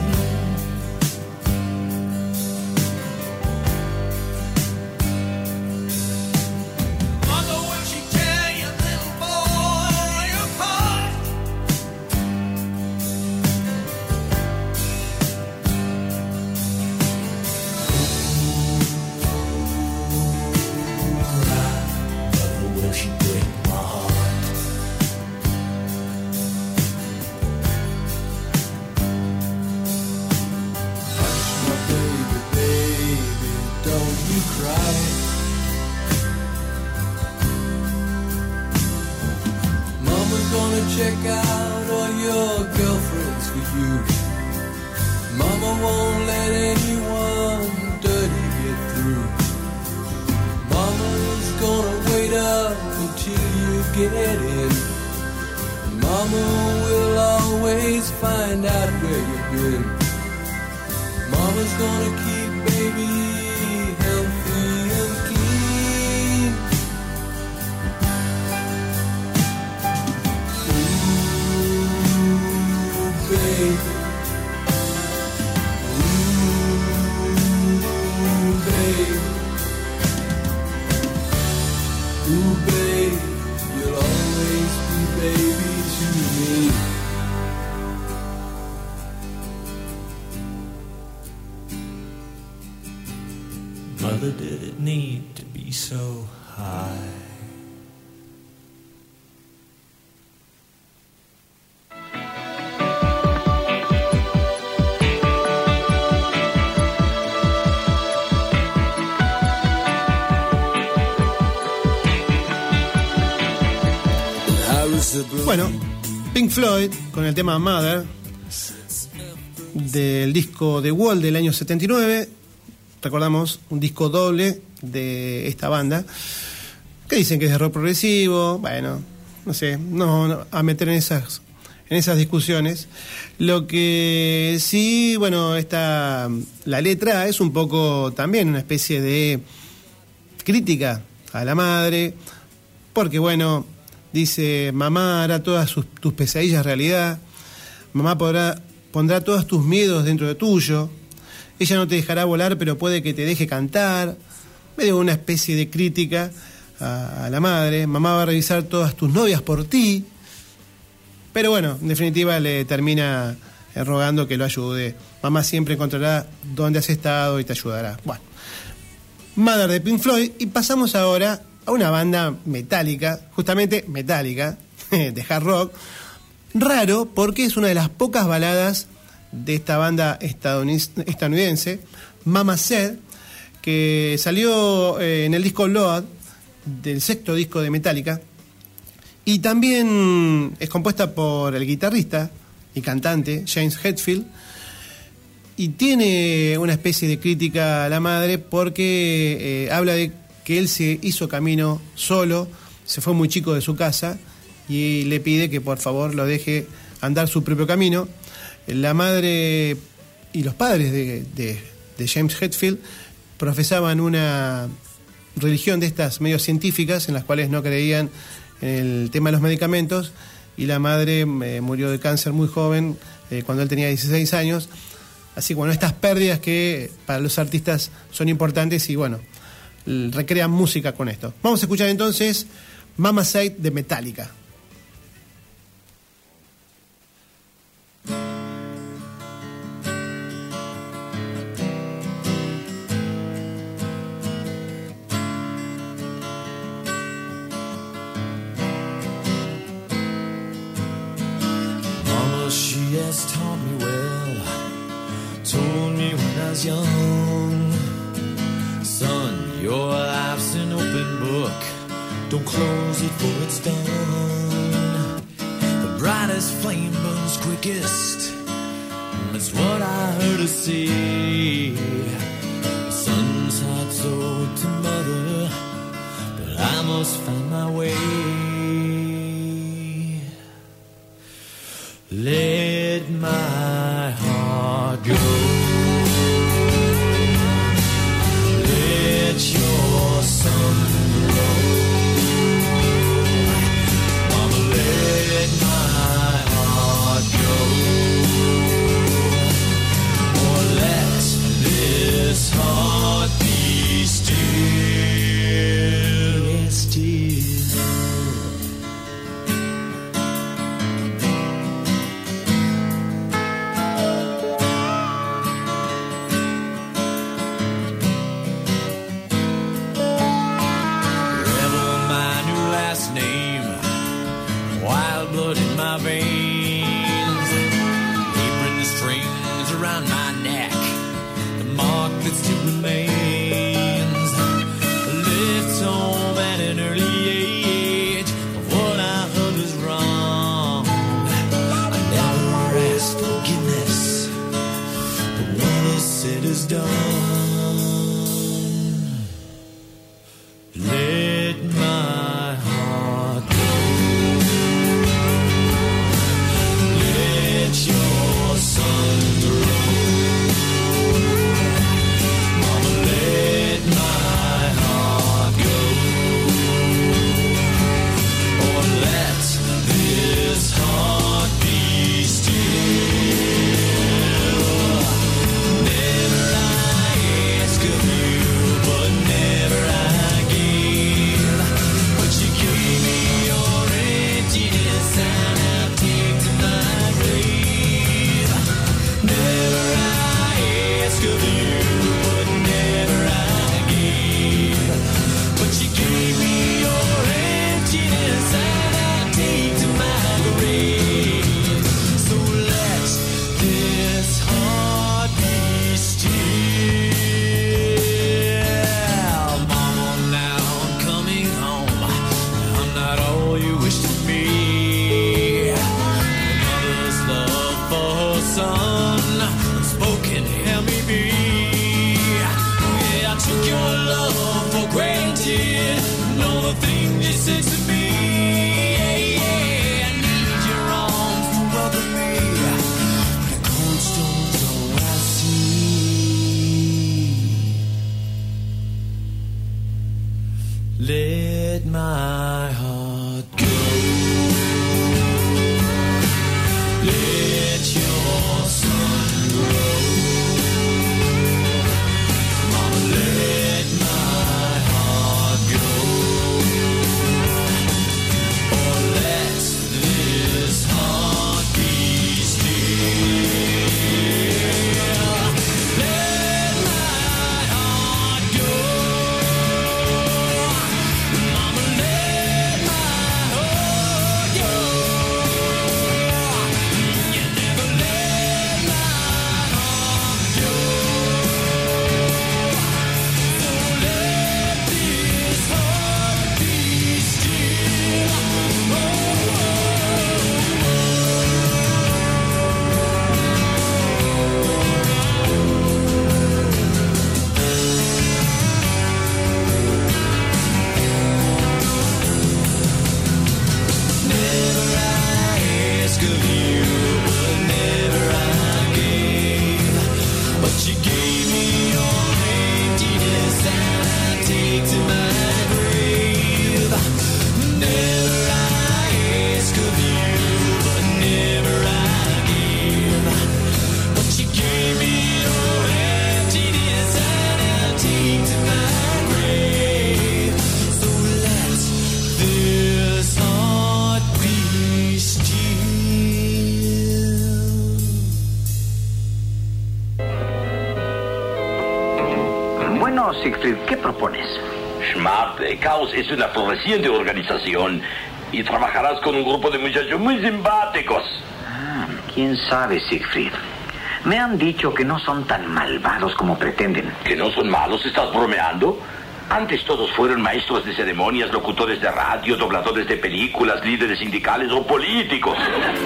Check out all your girlfriends for you. Mama won't let anyone dirty get through. Mama's gonna wait up until you get in. Mama will always find out where you've been. Mama's gonna keep baby healthy and clean. Babe. Ooh, babe. Ooh, babe, you'll always be baby to me. Mother, did it need to be so high? Bueno, Pink Floyd con el tema Mother del disco The Wall del año setenta y nueve. Recordamos, un disco doble de esta banda que dicen que es de rock progresivo. Bueno, no sé, no, no a meter en esas en esas discusiones. Lo que sí, bueno, esta la letra es un poco también una especie de crítica a la madre, porque bueno, dice, mamá hará todas sus, tus pesadillas realidad, mamá podrá, pondrá todos tus miedos dentro de tuyo, ella no te dejará volar, pero puede que te deje cantar, medio una especie de crítica a, a la madre. Mamá va a revisar todas tus novias por ti, pero bueno, en definitiva le termina rogando que lo ayude. Mamá siempre encontrará dónde has estado y te ayudará. Bueno, Mother de Pink Floyd, y pasamos ahora a una banda metálica, justamente metálica, de hard rock, raro porque es una de las pocas baladas de esta banda estadounidense, Mama Said, que salió eh, en el disco Load, del sexto disco de Metallica, y también es compuesta por el guitarrista y cantante James Hetfield, y tiene una especie de crítica a la madre porque eh, habla de que él se hizo camino solo, se fue muy chico de su casa y le pide que por favor lo deje andar su propio camino. La madre y los padres de, de, de James Hetfield profesaban una religión de estas medio científicas en las cuales no creían en el tema de los medicamentos, y la madre eh, murió de cáncer muy joven, eh, cuando él tenía dieciséis años. Así que bueno, estas pérdidas que para los artistas son importantes y bueno, recrean música con esto. Vamos a escuchar entonces Mama Said de Metallica. Mama, she has taught me well, told me when I was young, son, your life's an open book, don't close it for it's done. The brightest flame burns quickest, that's what I heard her say. The son's heart's owed to mother, but I must find my way. Let my heart go. Let your sun glow. Mama, let my heart go. Or let this heart be still. Yes, still. My veins, apron strings around my neck, the mark that still remains, left home at an early age of what I heard was wrong. I never asked forgiveness, but what is said is done. Let my heart go. Your sun glow. Mama, let my heart go. Or let this heart be still. Never I ask of you, but never I give. But you gave me your emptiness, and I'll take to my grave. Never I ask of you, but never I give. But you gave me your emptiness, and I take to my grave. So let this heart be still. Mama, now I'm coming home. I'm not all you wish to be. Mother's love for her son, unspoken, help me be. Yeah, I took your love for granted, and all the things you said to me. Yeah, my heart go. Let your sun grow. Mama, let my heart go. Or let this heart be still. Let my heart go. Mama, let my heart go. You never let my heart go. So let this heart be still. Oh, never I ask of you, but never I gave. But you gave me your emptiness, and I take to my grave. Never I ask of you, but never I gave. But you gave me your emptiness, and I take to my grave. So let this heart be still. Bueno, Siegfried, ¿qué propones? Smart, eh, Caos es una floreciente organización y trabajarás con un grupo de muchachos muy simpáticos. Ah, quién sabe, Siegfried. Me han dicho que no son tan malvados como pretenden. ¿Que no son malos? ¿Estás bromeando? Antes todos fueron maestros de ceremonias, locutores de radio, dobladores de películas, líderes sindicales o políticos.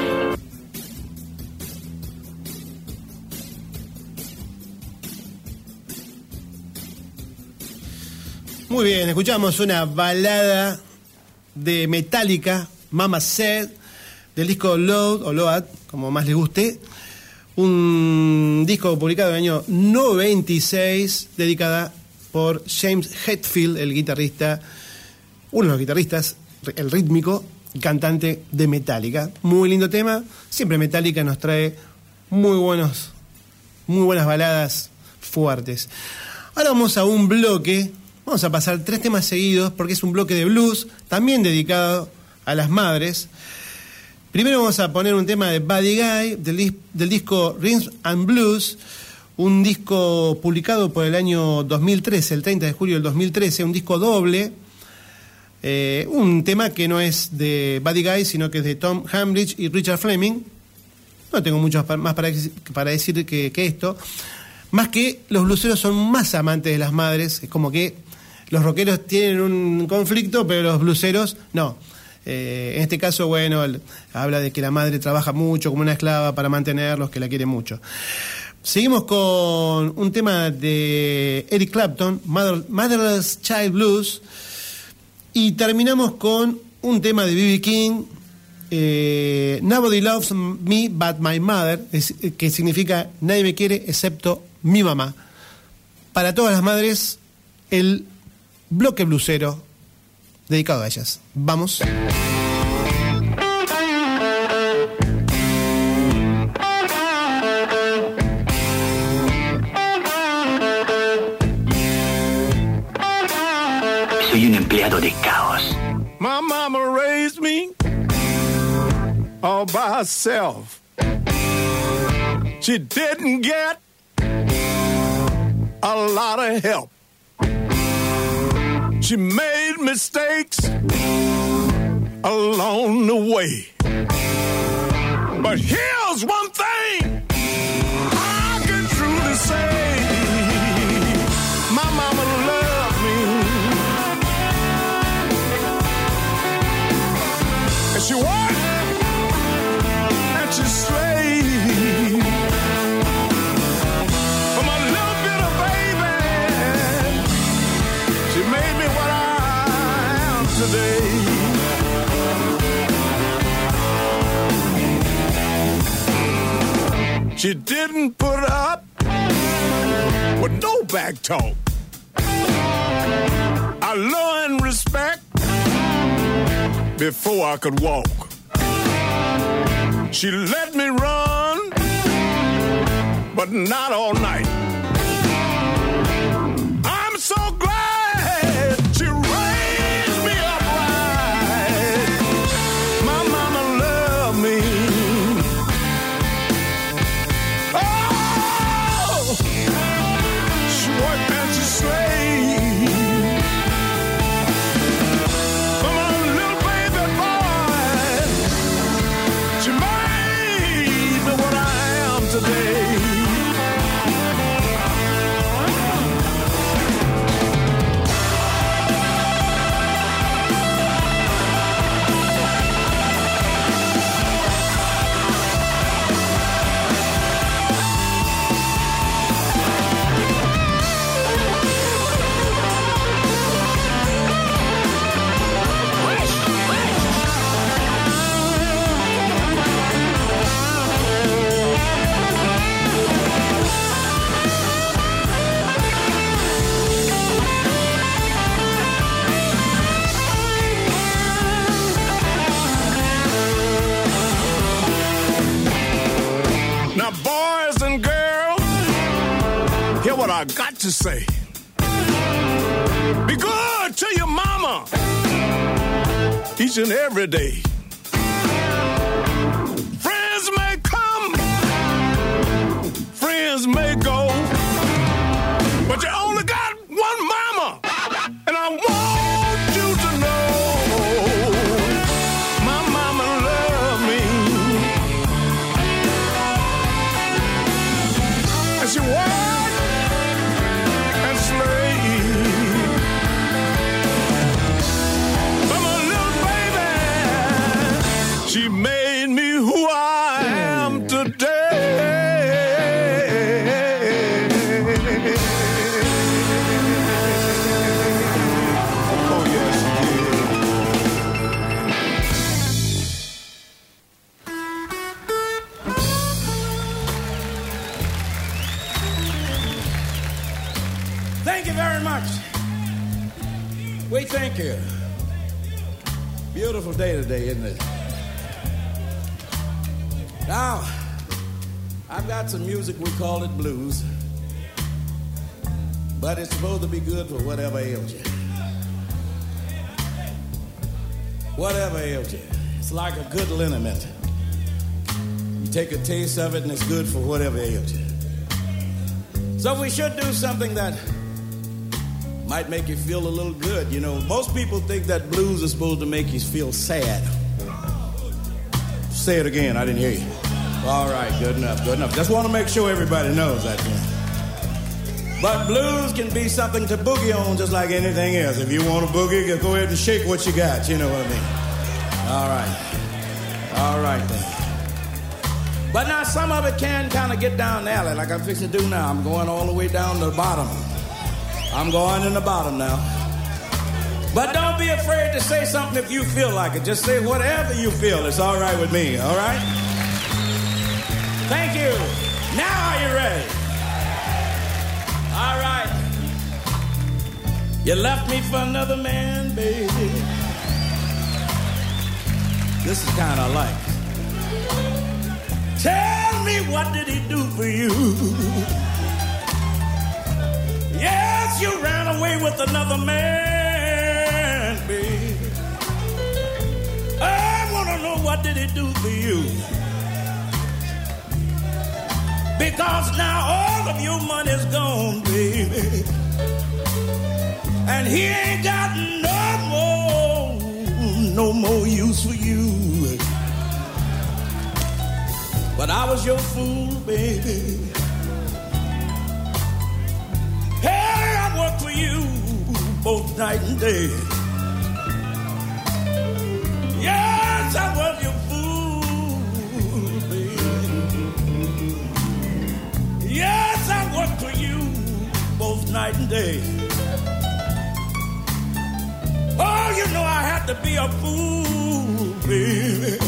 Muy bien, escuchamos una balada de Metallica, Mama Said, del disco Load o Load, como más les guste. Un disco publicado en el año noventa y seis, dedicada por James Hetfield, el guitarrista, uno de los guitarristas, el rítmico y cantante de Metallica. Muy lindo tema. Siempre Metallica nos trae muy buenos, muy buenas baladas fuertes. Ahora vamos a un bloque. Vamos a pasar tres temas seguidos porque es un bloque de blues, también dedicado a las madres. Primero vamos a poner un tema de Buddy Guy, del, dis- del disco Rhythm and Blues, un disco publicado por el año dos mil trece, el treinta de julio del dos mil trece, un disco doble, eh, un tema que no es de Buddy Guy, sino que es de Tom Hambridge y Richard Fleming. No tengo mucho más para, para decir que, que esto. Más que los blueseros son más amantes de las madres, es como que los rockeros tienen un conflicto, pero los blueseros no. Eh, en este caso, bueno, el, habla de que la madre trabaja mucho como una esclava para mantenerlos, que la quiere mucho. Seguimos con un tema de Eric Clapton, Mother, Motherless Child Blues, y terminamos con un tema de B B King, eh, Nobody Loves Me But My Mother, es, que significa nadie me quiere excepto mi mamá. Para todas las madres, el bloque blusero dedicado a ellas. Vamos. Soy un empleado de Caos. My mama raised me all by herself. She didn't get a lot of help. She made mistakes along the way. But here's one thing I can truly say. My mama loved me. And she worked and she slaved for my little bit of baby. She made me what I am today. She didn't put up with no back talk. I learned respect before I could walk. She let me run, but not all night. I'm so glad she raised me upright. My mama loved me. Oh, she worked and she slaved. For my little baby boy, she made me what I am today. Now, boys and girls, hear what I got to say. Be good to your mama each and every day. Friends may come, friends may go, but you only got one mama, and I want you to know my mama loved me. And she worked and slaved for my little baby. She made me who I am today. Oh, yes, she did. Thank you very much. We thank you. Beautiful day today, isn't it? Now, I've got some music, we call it blues. But it's supposed to be good for whatever ails you. Whatever ails you. It's like a good liniment. You take a taste of it and it's good for whatever ails you. So we should do something that might make you feel a little good. You know, most people think that blues is supposed to make you feel sad. Say it again, I didn't hear you. All right, good enough, good enough. Just want to make sure everybody knows that. But blues can be something to boogie on just like anything else. If you want to boogie, go ahead and shake what you got, you know what I mean. All right. All right, then. But now some of it can kind of get down the alley, like I'm fixing to do now. I'm going all the way down to the bottom. I'm going in the bottom now. But don't be afraid to say something if you feel like it. Just say whatever you feel. It's all right with me, all right? Thank you. Now are you ready? All right. You left me for another man, baby. This is kind of like. Tell me, what did he do for you? Yes, you ran away with another man, baby. I want to know, what did he do for you? Because now all of your money's gone, baby. And he ain't got no more, no more use for you. But I was your fool, baby. Hey, I worked for you both night and day. Yes, I was your fool, baby. Yes, I worked for you both night and day. Oh, you know I had to be a fool, baby.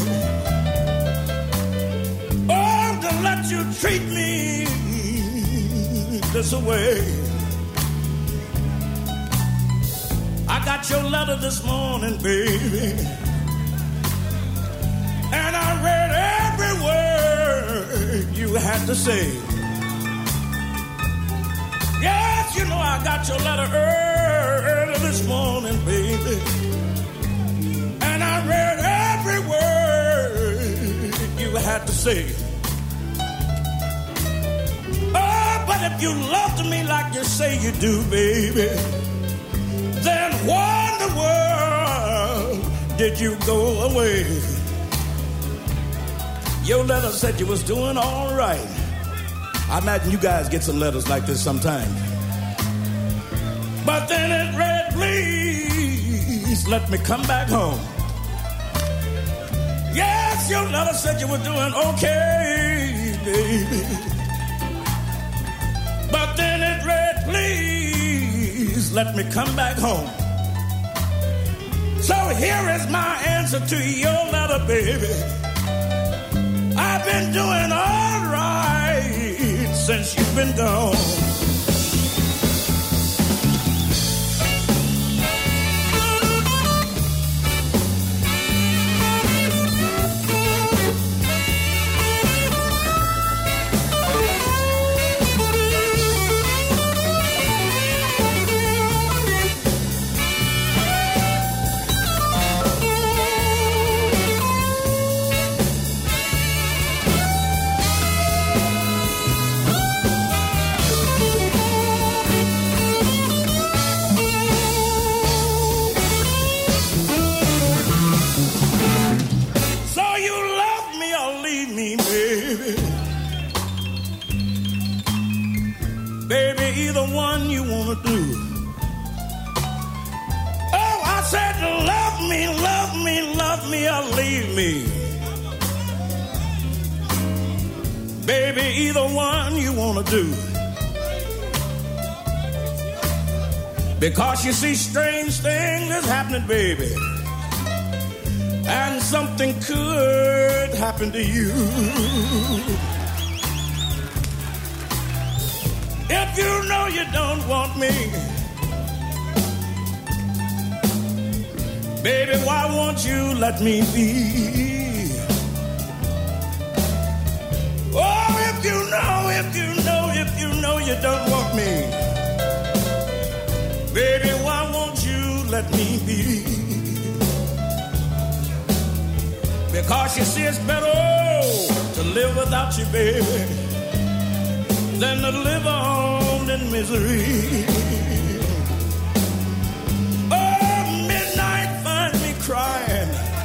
Oh, to let you treat me this way. I got your letter this morning, baby. you had to say. Yes, you know I got your letter early this morning, baby. And I read every word you had to say. Oh, but if you loved me like you say you do, baby, then why in the world did you go away? Your letter said you was doing all right. I imagine you guys get some letters like this sometimes. But then it read, please let me come back home. Yes, your letter said you were doing okay, baby. But then it read, please let me come back home. So here is my answer to your letter, baby. I've been doing all right since you've been gone. Because you see, strange things is happening, baby, and something could happen to you. If you know you don't want me, baby, why won't you let me be? Oh, if you know, if you know, if you know you don't want me, baby, why won't you let me be? Because you see, it's better to live without you, baby, than to live on in misery. Oh, midnight find me crying.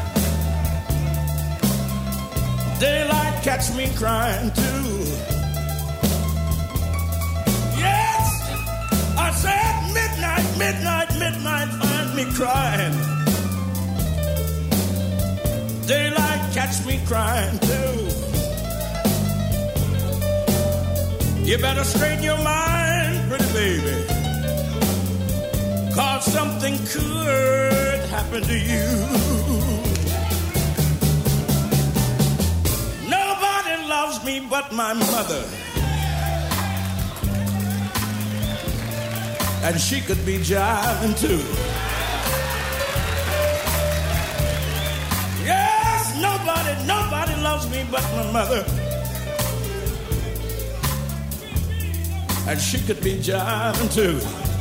Daylight catch me crying too. Yes, I said midnight, midnight, midnight find me crying. Daylight catch me crying too. You better straighten your mind, pretty baby, 'cause something could happen to you. Nobody loves me but my mother, and she could be jiving too. Yes, nobody, nobody loves me but my mother, and she could be jiving too.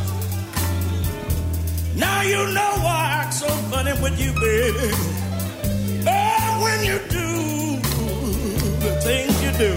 Now you know why I act so funny with you, baby. Oh, when you do the things you do.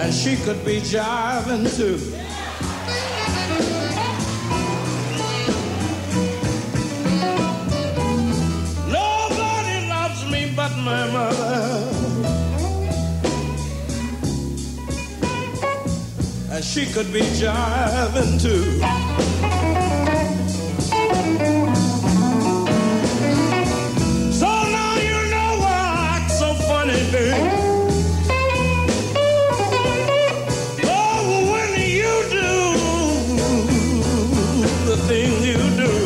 and she could be jiving too. Nobody loves me but my mother, and she could be jiving too. So now you know why I act so funny, baby. Oh, when you do the things you do.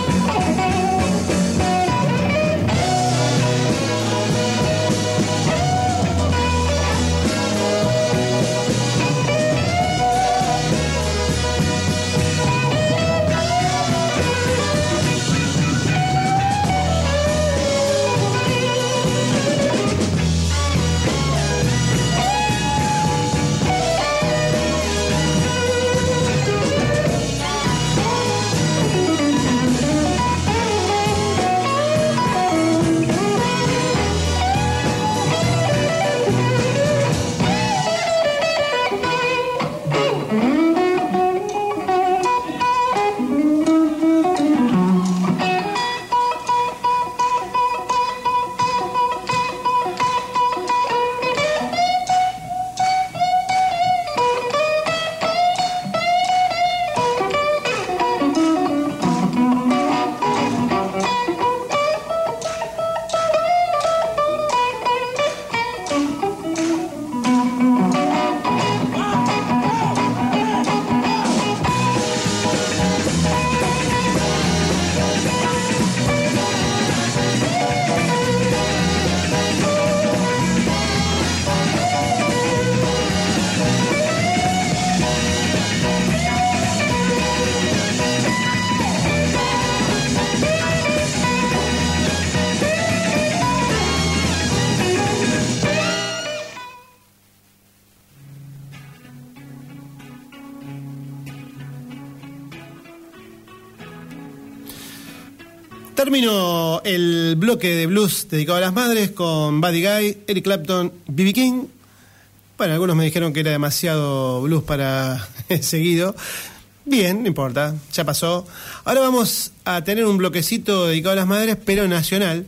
Termino el bloque de blues dedicado a las madres con Buddy Guy, Eric Clapton, B B King. Bueno, algunos me dijeron que era demasiado blues para seguido. Bien, no importa, ya pasó. Ahora vamos a tener un bloquecito dedicado a las madres, pero nacional.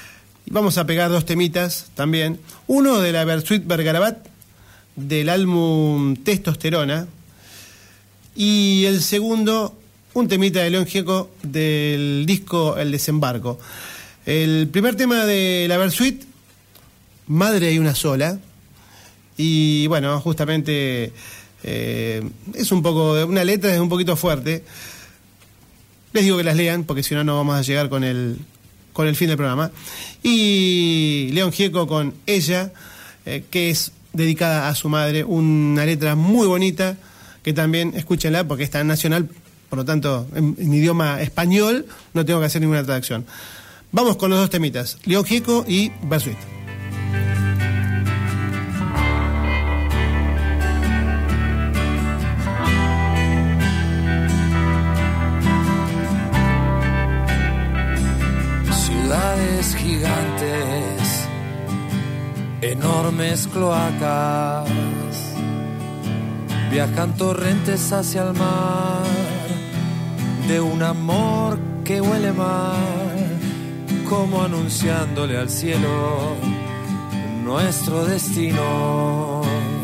Y vamos a pegar dos temitas también. Uno de la Bersuit Vergarabat, del álbum Testosterona. Y el segundo, un temita de León Gieco del disco El Desembarco. El primer tema de la Bersuit, Madre hay una sola. Y bueno, justamente eh, es un poco, una letra es un poquito fuerte. Les digo que las lean, porque si no, no vamos a llegar con el, con el fin del programa. Y León Gieco con Ella, eh, que es dedicada a su madre, una letra muy bonita, que también escúchenla porque está en nacional. Por lo tanto, en, en idioma español no tengo que hacer ninguna traducción. Vamos con los dos temitas, León Gieco y Bersuit. Ciudades gigantes, enormes cloacas, viajan torrentes hacia el mar, de un amor que huele mal, como anunciándole al cielo nuestro destino.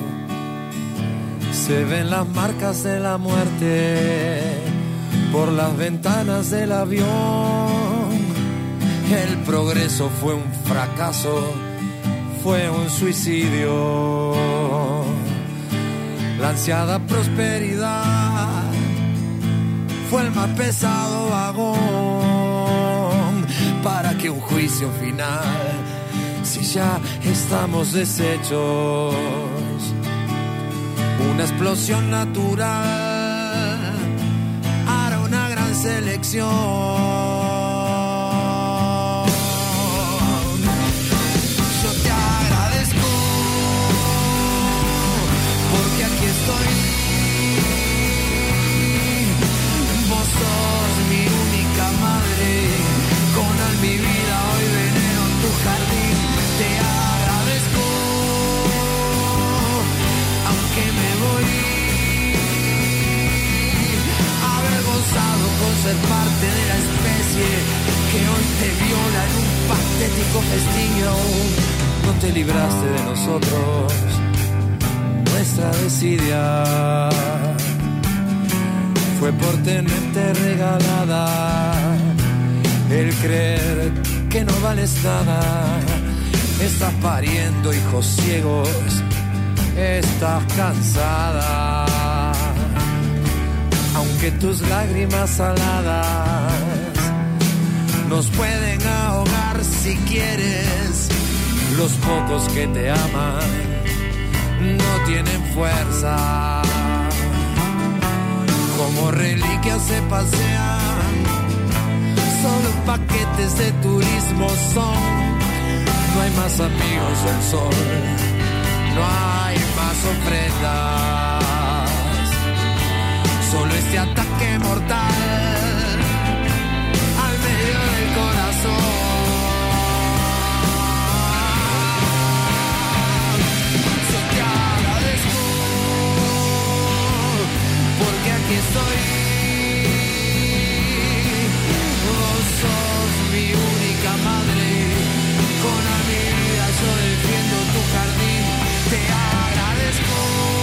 Se ven las marcas de la muerte por las ventanas del avión. El progreso fue un fracaso, fue un suicidio. La ansiada prosperidad fue el más pesado vagón para que un juicio final, si ya estamos deshechos, una explosión natural hará una gran selección. Yo te agradezco porque aquí estoy. Vos sos mi única madre, con al mi vida hoy veneno en tu jardín. Te agradezco, aunque ser parte de la especie que hoy te viola en un patético festín. No te libraste de nosotros, nuestra desidia fue por tenerte regalada el creer que no vales nada. Estás pariendo hijos ciegos, estás cansada, aunque tus lágrimas saladas nos pueden ahogar si quieres. Los pocos que te aman no tienen fuerza, como reliquias se pasean, solo paquetes de turismo son. No hay más amigos del sol, no hay más ofrendas, solo este ataque mortal al medio del corazón. Yo te agradezco porque aquí estoy. Vos sos mi única madre, con la mi vida yo defiendo tu jardín. Te agradezco,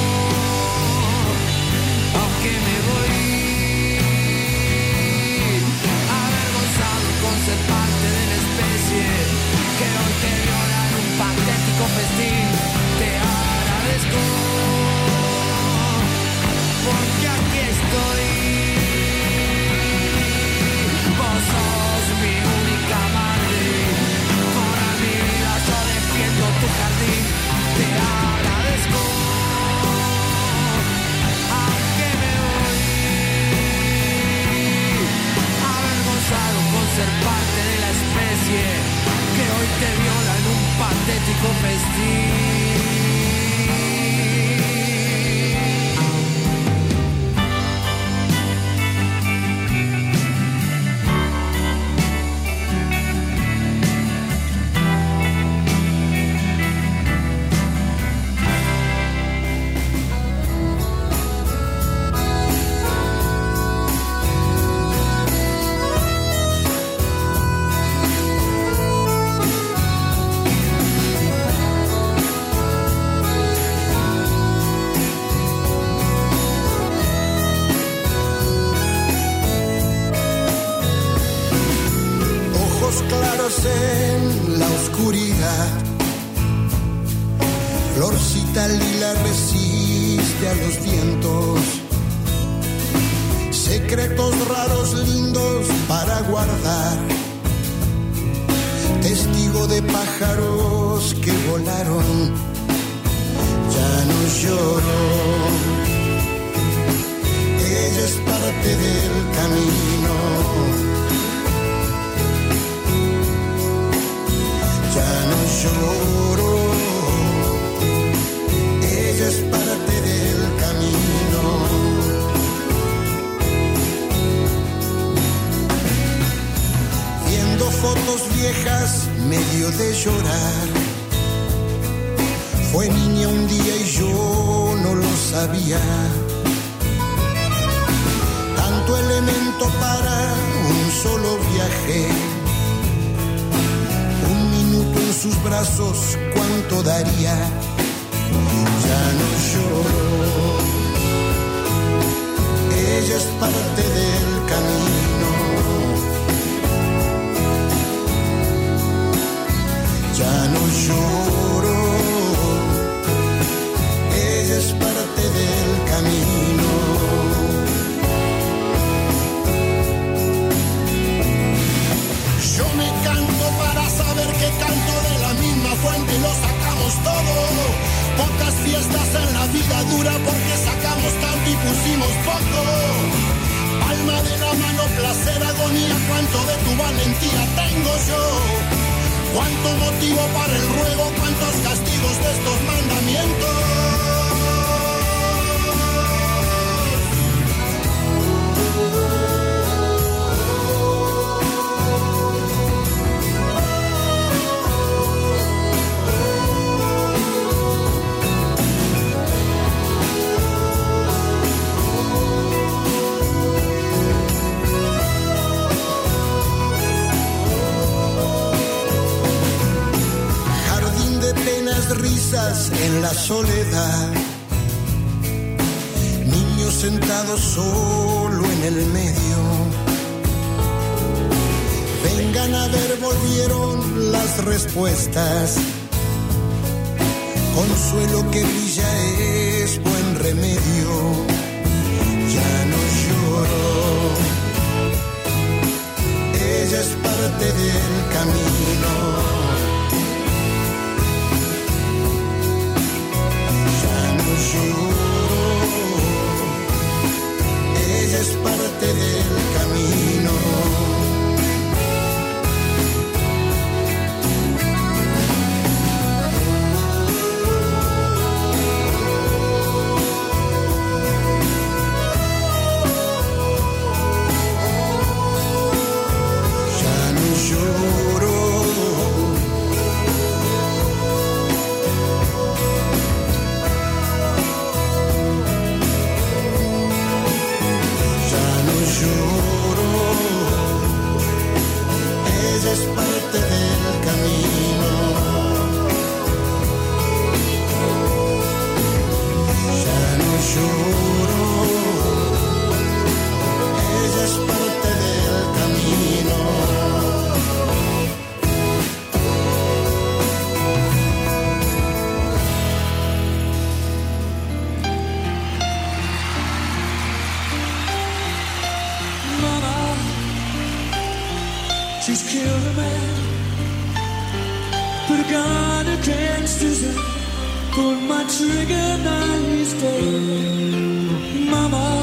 aunque me voy avergonzado con ser parte de la especie que hoy te viola en un patético festín. Te agradezco, porque aquí estoy. Vos sos mi única madre, con la mi vida yo defiendo tu jardín. Te agradezco, aunque me voy avergonzado con ser parte de la especie que hoy te viola en un patético festín. En la oscuridad, florcita lila resiste a los vientos, secretos raros lindos para guardar, testigo de pájaros que volaron, ya no lloro, ella es parte del camino. Ya no lloro, ella es parte del camino. Viendo fotos viejas, medio de llorar. Fue niña un día y yo no lo sabía. Tanto elemento para un solo viaje. En sus brazos, ¿cuánto daría? Ya no lloro, ella es parte del camino. Ya no lloro, ella es parte del camino. Yo me canto para saber que canto de la misma fuente y lo sacamos todo. Pocas fiestas en la vida dura porque sacamos tanto y pusimos poco. Palma de la mano, placer, agonía, cuánto de tu valentía tengo yo. Cuánto motivo para el ruego, cuántos castigos de estos mandamientos. en la soledad. Niño sentado solo en el medio. Vengan a ver, volvieron las respuestas. Consuelo que brilla es buen remedio. Ya no lloro. Ella es parte del camino. Ya no lloro. Ella es parte del camino. She's killed a man, put a gun against his head, pulled my trigger, now he's dead. Mama.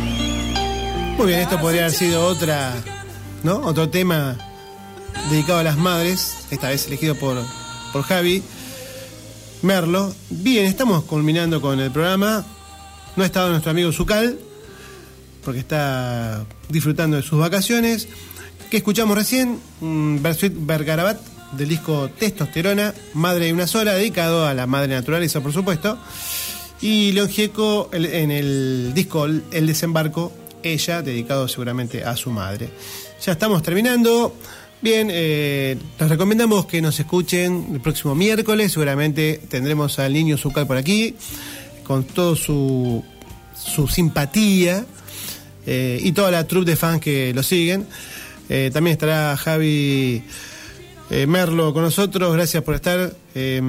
Muy bien, esto podría haber sido otra, ¿no? Otro tema dedicado a las madres, esta vez elegido por, por Javi Merlo. Bien, estamos culminando con el programa. No ha estado nuestro amigo Zucal, porque está disfrutando de sus vacaciones. ¿Qué escuchamos recién? Un Bersuit Vergarabat del disco Testosterona, Madre de una sola, dedicado a la madre naturaleza, por supuesto. Y León Gieco en el disco El Desembarco, Ella, dedicado seguramente a su madre. Ya estamos terminando. Bien, eh, les recomendamos que nos escuchen el próximo miércoles. Seguramente tendremos al Niño Zucal por aquí, con toda su, su simpatía eh, y toda la troupe de fans que lo siguen. Eh, también estará Javi eh, Merlo con nosotros. Gracias por estar. Eh,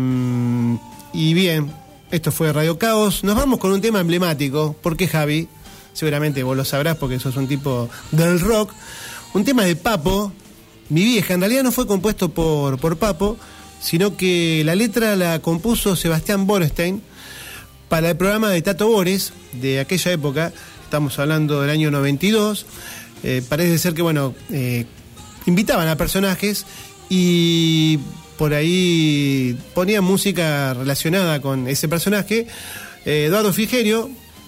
y bien, esto fue Radio Caos. Nos vamos con un tema emblemático. ¿Por qué, Javi? Seguramente vos lo sabrás porque sos un tipo del rock. Un tema de Papo, Mi Vieja. En realidad no fue compuesto por, por Papo, sino que la letra la compuso Sebastián Borestein para el programa de Tato Bores de aquella época. Estamos hablando del año noventa y dos. Eh, parece ser que, bueno, eh, invitaban a personajes y por ahí ponían música relacionada con ese personaje. Eh, Eduardo Frigerio,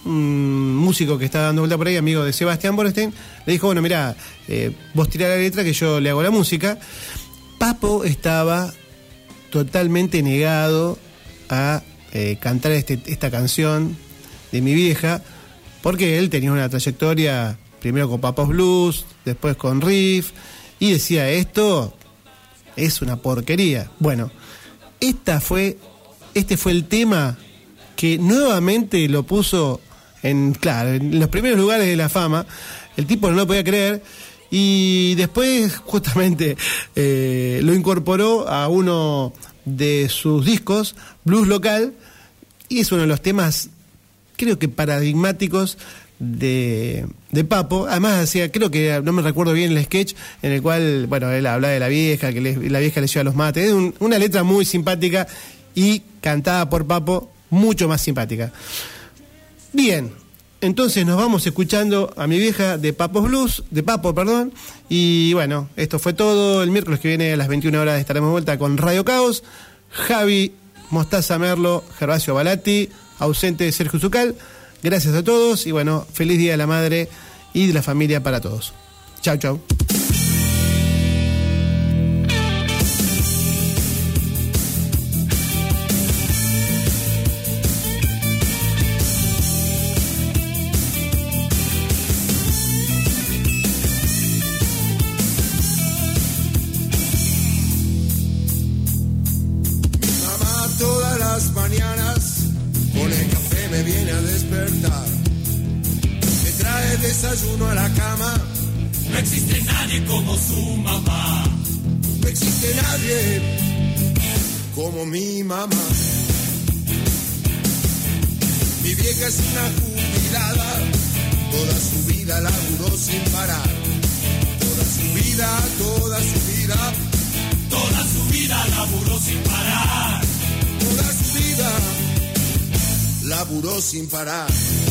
un músico que está dando vuelta por ahí, amigo de Sebastián Borestein, le dijo, bueno, mirá, eh, vos tirá la letra que yo le hago la música. Papo estaba totalmente negado a eh, cantar este, esta canción de Mi Vieja, porque él tenía una trayectoria primero con Papos Blues, después con Riff, y decía, esto es una porquería. Bueno, esta fue, este fue el tema que nuevamente lo puso en, claro, en los primeros lugares de la fama. El tipo no lo podía creer, y después justamente eh, lo incorporó a uno de sus discos, Blues Local, y es uno de los temas, creo que paradigmáticos de, de Papo. Además hacía, creo que no me recuerdo bien el sketch en el cual, bueno, él hablaba de la vieja, que le, la vieja le lleva los mates. Es un, una letra muy simpática y cantada por Papo, mucho más simpática. Bien, entonces nos vamos escuchando a Mi Vieja de Papos Blues, de Papo, perdón. Y bueno, esto fue todo. El miércoles que viene a las veintiuna horas estaremos de vuelta con Radio Caos. Javi Mostaza Merlo, Gervasio Balatti, ausente Sergio Zucal. Gracias a todos y bueno, feliz Día de la Madre y de la familia para todos. Chau, chau. Mi mamá todas las mañanas me viene a despertar. Me trae desayuno a la cama. No existe nadie como su mamá. No existe nadie como mi mamá. Mi vieja es una jubilada, toda su vida laburó sin parar. Toda su vida, toda su vida, toda su vida laburó sin parar. Toda su vida laburó sin parar.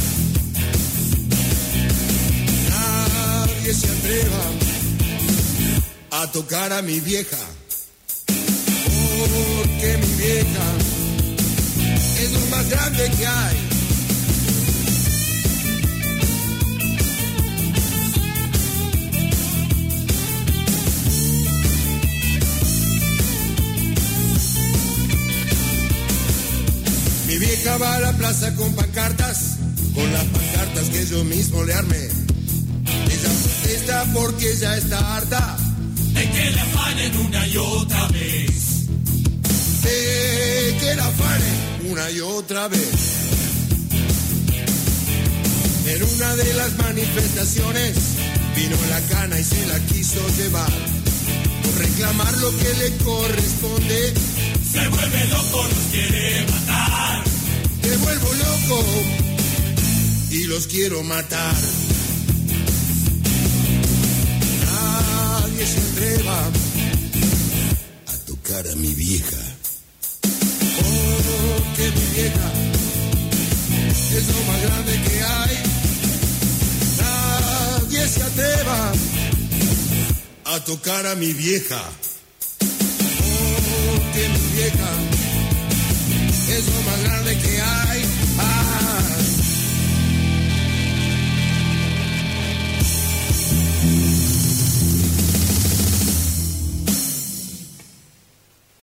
Nadie se atreva a tocar a mi vieja, porque mi vieja es lo más grande que hay. Mi vieja va a la plaza con pancartas, con las pancartas que yo mismo le armé. Ella protesta porque ya está harta de que la afanen una y otra vez. De que la afanen una y otra vez. En una de las manifestaciones vino la cana y se la quiso llevar. Por reclamar lo que le corresponde, se vuelve loco, los quiere matar. Me vuelvo loco y los quiero matar. Nadie se atreva a tocar a mi vieja, porque mi vieja es lo más grande que hay. Nadie se atreva a tocar a mi vieja, porque mi vieja